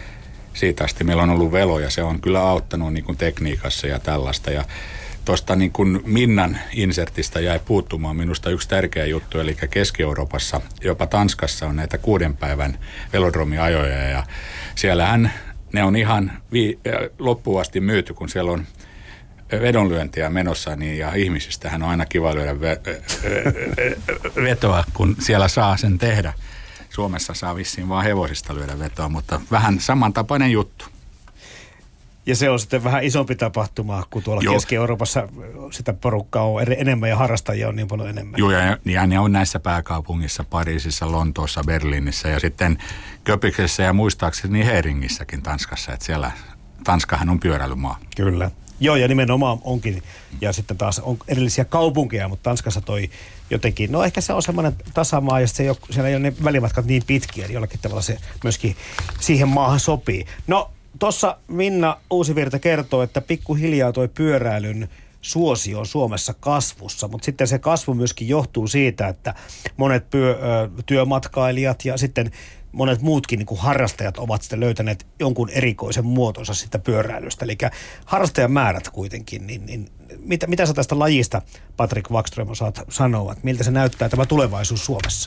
siitä asti meillä on ollut velo ja se on kyllä auttanut niin kuin tekniikassa ja tällaista. Ja tuosta niin kuin Minnan insertistä jäi puuttumaan minusta yksi tärkeä juttu, eli Keski-Euroopassa, jopa Tanskassa on näitä 6 päivän velodromiajoja ja siellähän ne on ihan loppuun asti myyty, kun siellä on vedonlyöntiä menossa, niin, ja ihmisistähän on aina kiva lyödä vetoa, kun siellä saa sen tehdä. Suomessa saa vissiin vaan hevosista lyödä vetoa, mutta vähän samantapainen juttu. Ja se on sitten vähän isompi tapahtuma, kun tuolla Keski-Euroopassa sitä porukkaa on enemmän ja harrastajia on niin paljon enemmän. Joo, ja ne on näissä pääkaupungissa, Pariisissa, Lontoossa, Berliinissä ja sitten Köpiksessä ja muistaakseni Heringissäkin Tanskassa, että siellä Tanskahan on pyöräilymaa. Kyllä. Joo, ja nimenomaan onkin. Ja sitten taas on erillisiä kaupunkeja, mutta Tanskassa toi jotenkin, no ehkä se on semmoinen tasamaa ja siellä ei ole ne välimatkat niin pitkiä, niin jollakin tavalla se myöskin siihen maahan sopii. No, tuossa Minna Uusivirta kertoo, että pikkuhiljaa toi pyöräilyn suosio on Suomessa kasvussa, mutta sitten se kasvu myöskin johtuu siitä, että monet työmatkailijat ja sitten monet muutkin niin kuin harrastajat ovat sitten löytäneet jonkun erikoisen muotonsa sitä pyöräilystä. Eli harrastajamäärät kuitenkin, niin mitä sä tästä lajista, Patrik Wakström, osaat sanoa, että miltä se näyttää tämä tulevaisuus Suomessa?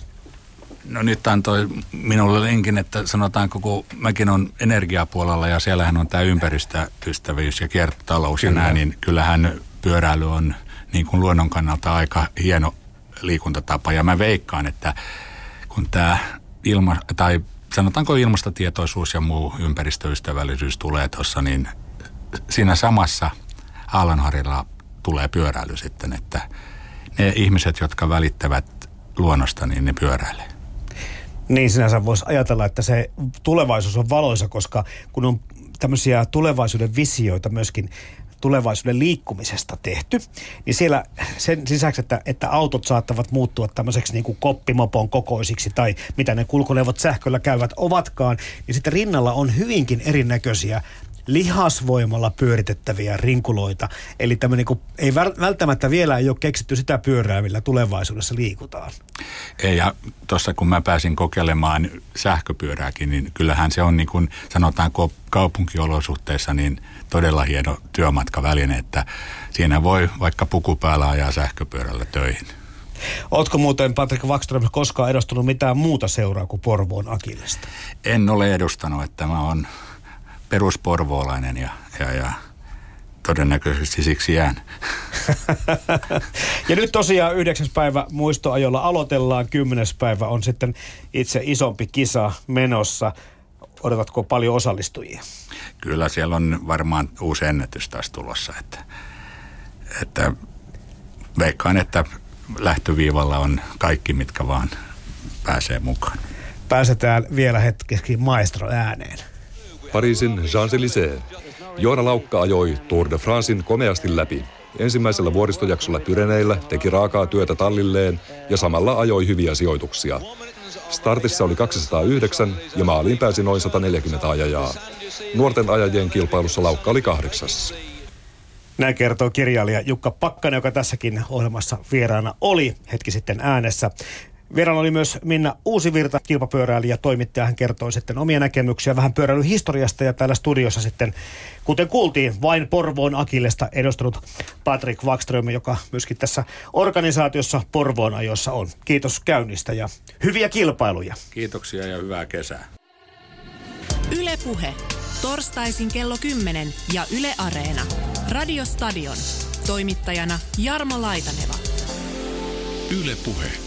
No nyt antoi minulle linkin, että sanotaanko, kun mäkin on energiapuolella ja siellähän on tämä ympäristöystävyys ja kiertotalous ja näin, niin kyllähän pyöräily on niin kuin luonnon kannalta aika hieno liikuntatapa. Ja mä veikkaan, että kun tämä tai sanotaanko ilmastotietoisuus ja muu ympäristöystävällisyys tulee tuossa, niin siinä samassa aallonharjalla tulee pyöräily sitten, että ne ihmiset, jotka välittävät luonnosta, niin ne pyöräilee. Niin sinänsä voisi ajatella, että se tulevaisuus on valoisa, koska kun on tämmöisiä tulevaisuuden visioita myöskin tulevaisuuden liikkumisesta tehty, niin siellä sen lisäksi, että autot saattavat muuttua tämmöiseksi niin kuin koppimopon kokoisiksi tai mitä ne kulkuneuvot sähköllä käyvät ovatkaan, niin sitten rinnalla on hyvinkin erinäköisiä lihasvoimalla pyöritettäviä rinkuloita. Eli tämmöinen, niin ei välttämättä vielä ei ole keksitty sitä pyörää, millä tulevaisuudessa liikutaan. Ei, ja tuossa kun mä pääsin kokeilemaan sähköpyörääkin, niin kyllähän se on niin kuin sanotaanko kaupunkiolosuhteissa niin todella hieno työmatkaväline, että siinä voi vaikka puku päällä ajaa sähköpyörällä töihin. Ootko muuten, Patrik Wakström, koskaan edustanut mitään muuta seuraa kuin Porvoon Akillesta? En ole edustanut, että mä oon perusporvoolainen ja todennäköisesti siksi jään. Ja nyt tosiaan 9. päivä muistoajolla aloitellaan, 10. päivä on sitten itse isompi kisa menossa. Odotatko paljon osallistujia? Kyllä siellä on varmaan uusi ennätys taas tulossa, että veikkaan, että lähtöviivalla on kaikki, mitkä vaan pääsee mukaan. Pääsetään vielä hetkeksi maestro ääneen. Pariisin Champs-Élysées. Joona Laukka ajoi Tour de Francein komeasti läpi. Ensimmäisellä vuoristojaksolla Pyreneillä teki raakaa työtä tallilleen ja samalla ajoi hyviä sijoituksia. Startissa oli 209 ja maaliin pääsi noin 140 ajajaa. Nuorten ajajien kilpailussa Laukka oli 8. Näin kertoo kirjailija Jukka Pakkanen, joka tässäkin ohjelmassa vieraana oli hetki sitten äänessä. Vieraana oli myös Minna Uusivirta, kilpapyöräilijä, toimittaja. Hän kertoi sitten omia näkemyksiä vähän pyöräilyhistoriasta ja täällä studiossa sitten, kuten kuultiin, vain Porvoon Akillesta edustanut Patrik Wakström, joka myöskin tässä organisaatiossa Porvoon ajossa on. Kiitos käynnistä ja hyviä kilpailuja. Kiitoksia ja hyvää kesää. Yle Puhe. Torstaisin kello 10 ja Yle Areena. Radio Stadion. Toimittajana Jarmo Laitaneva. Yle Puhe.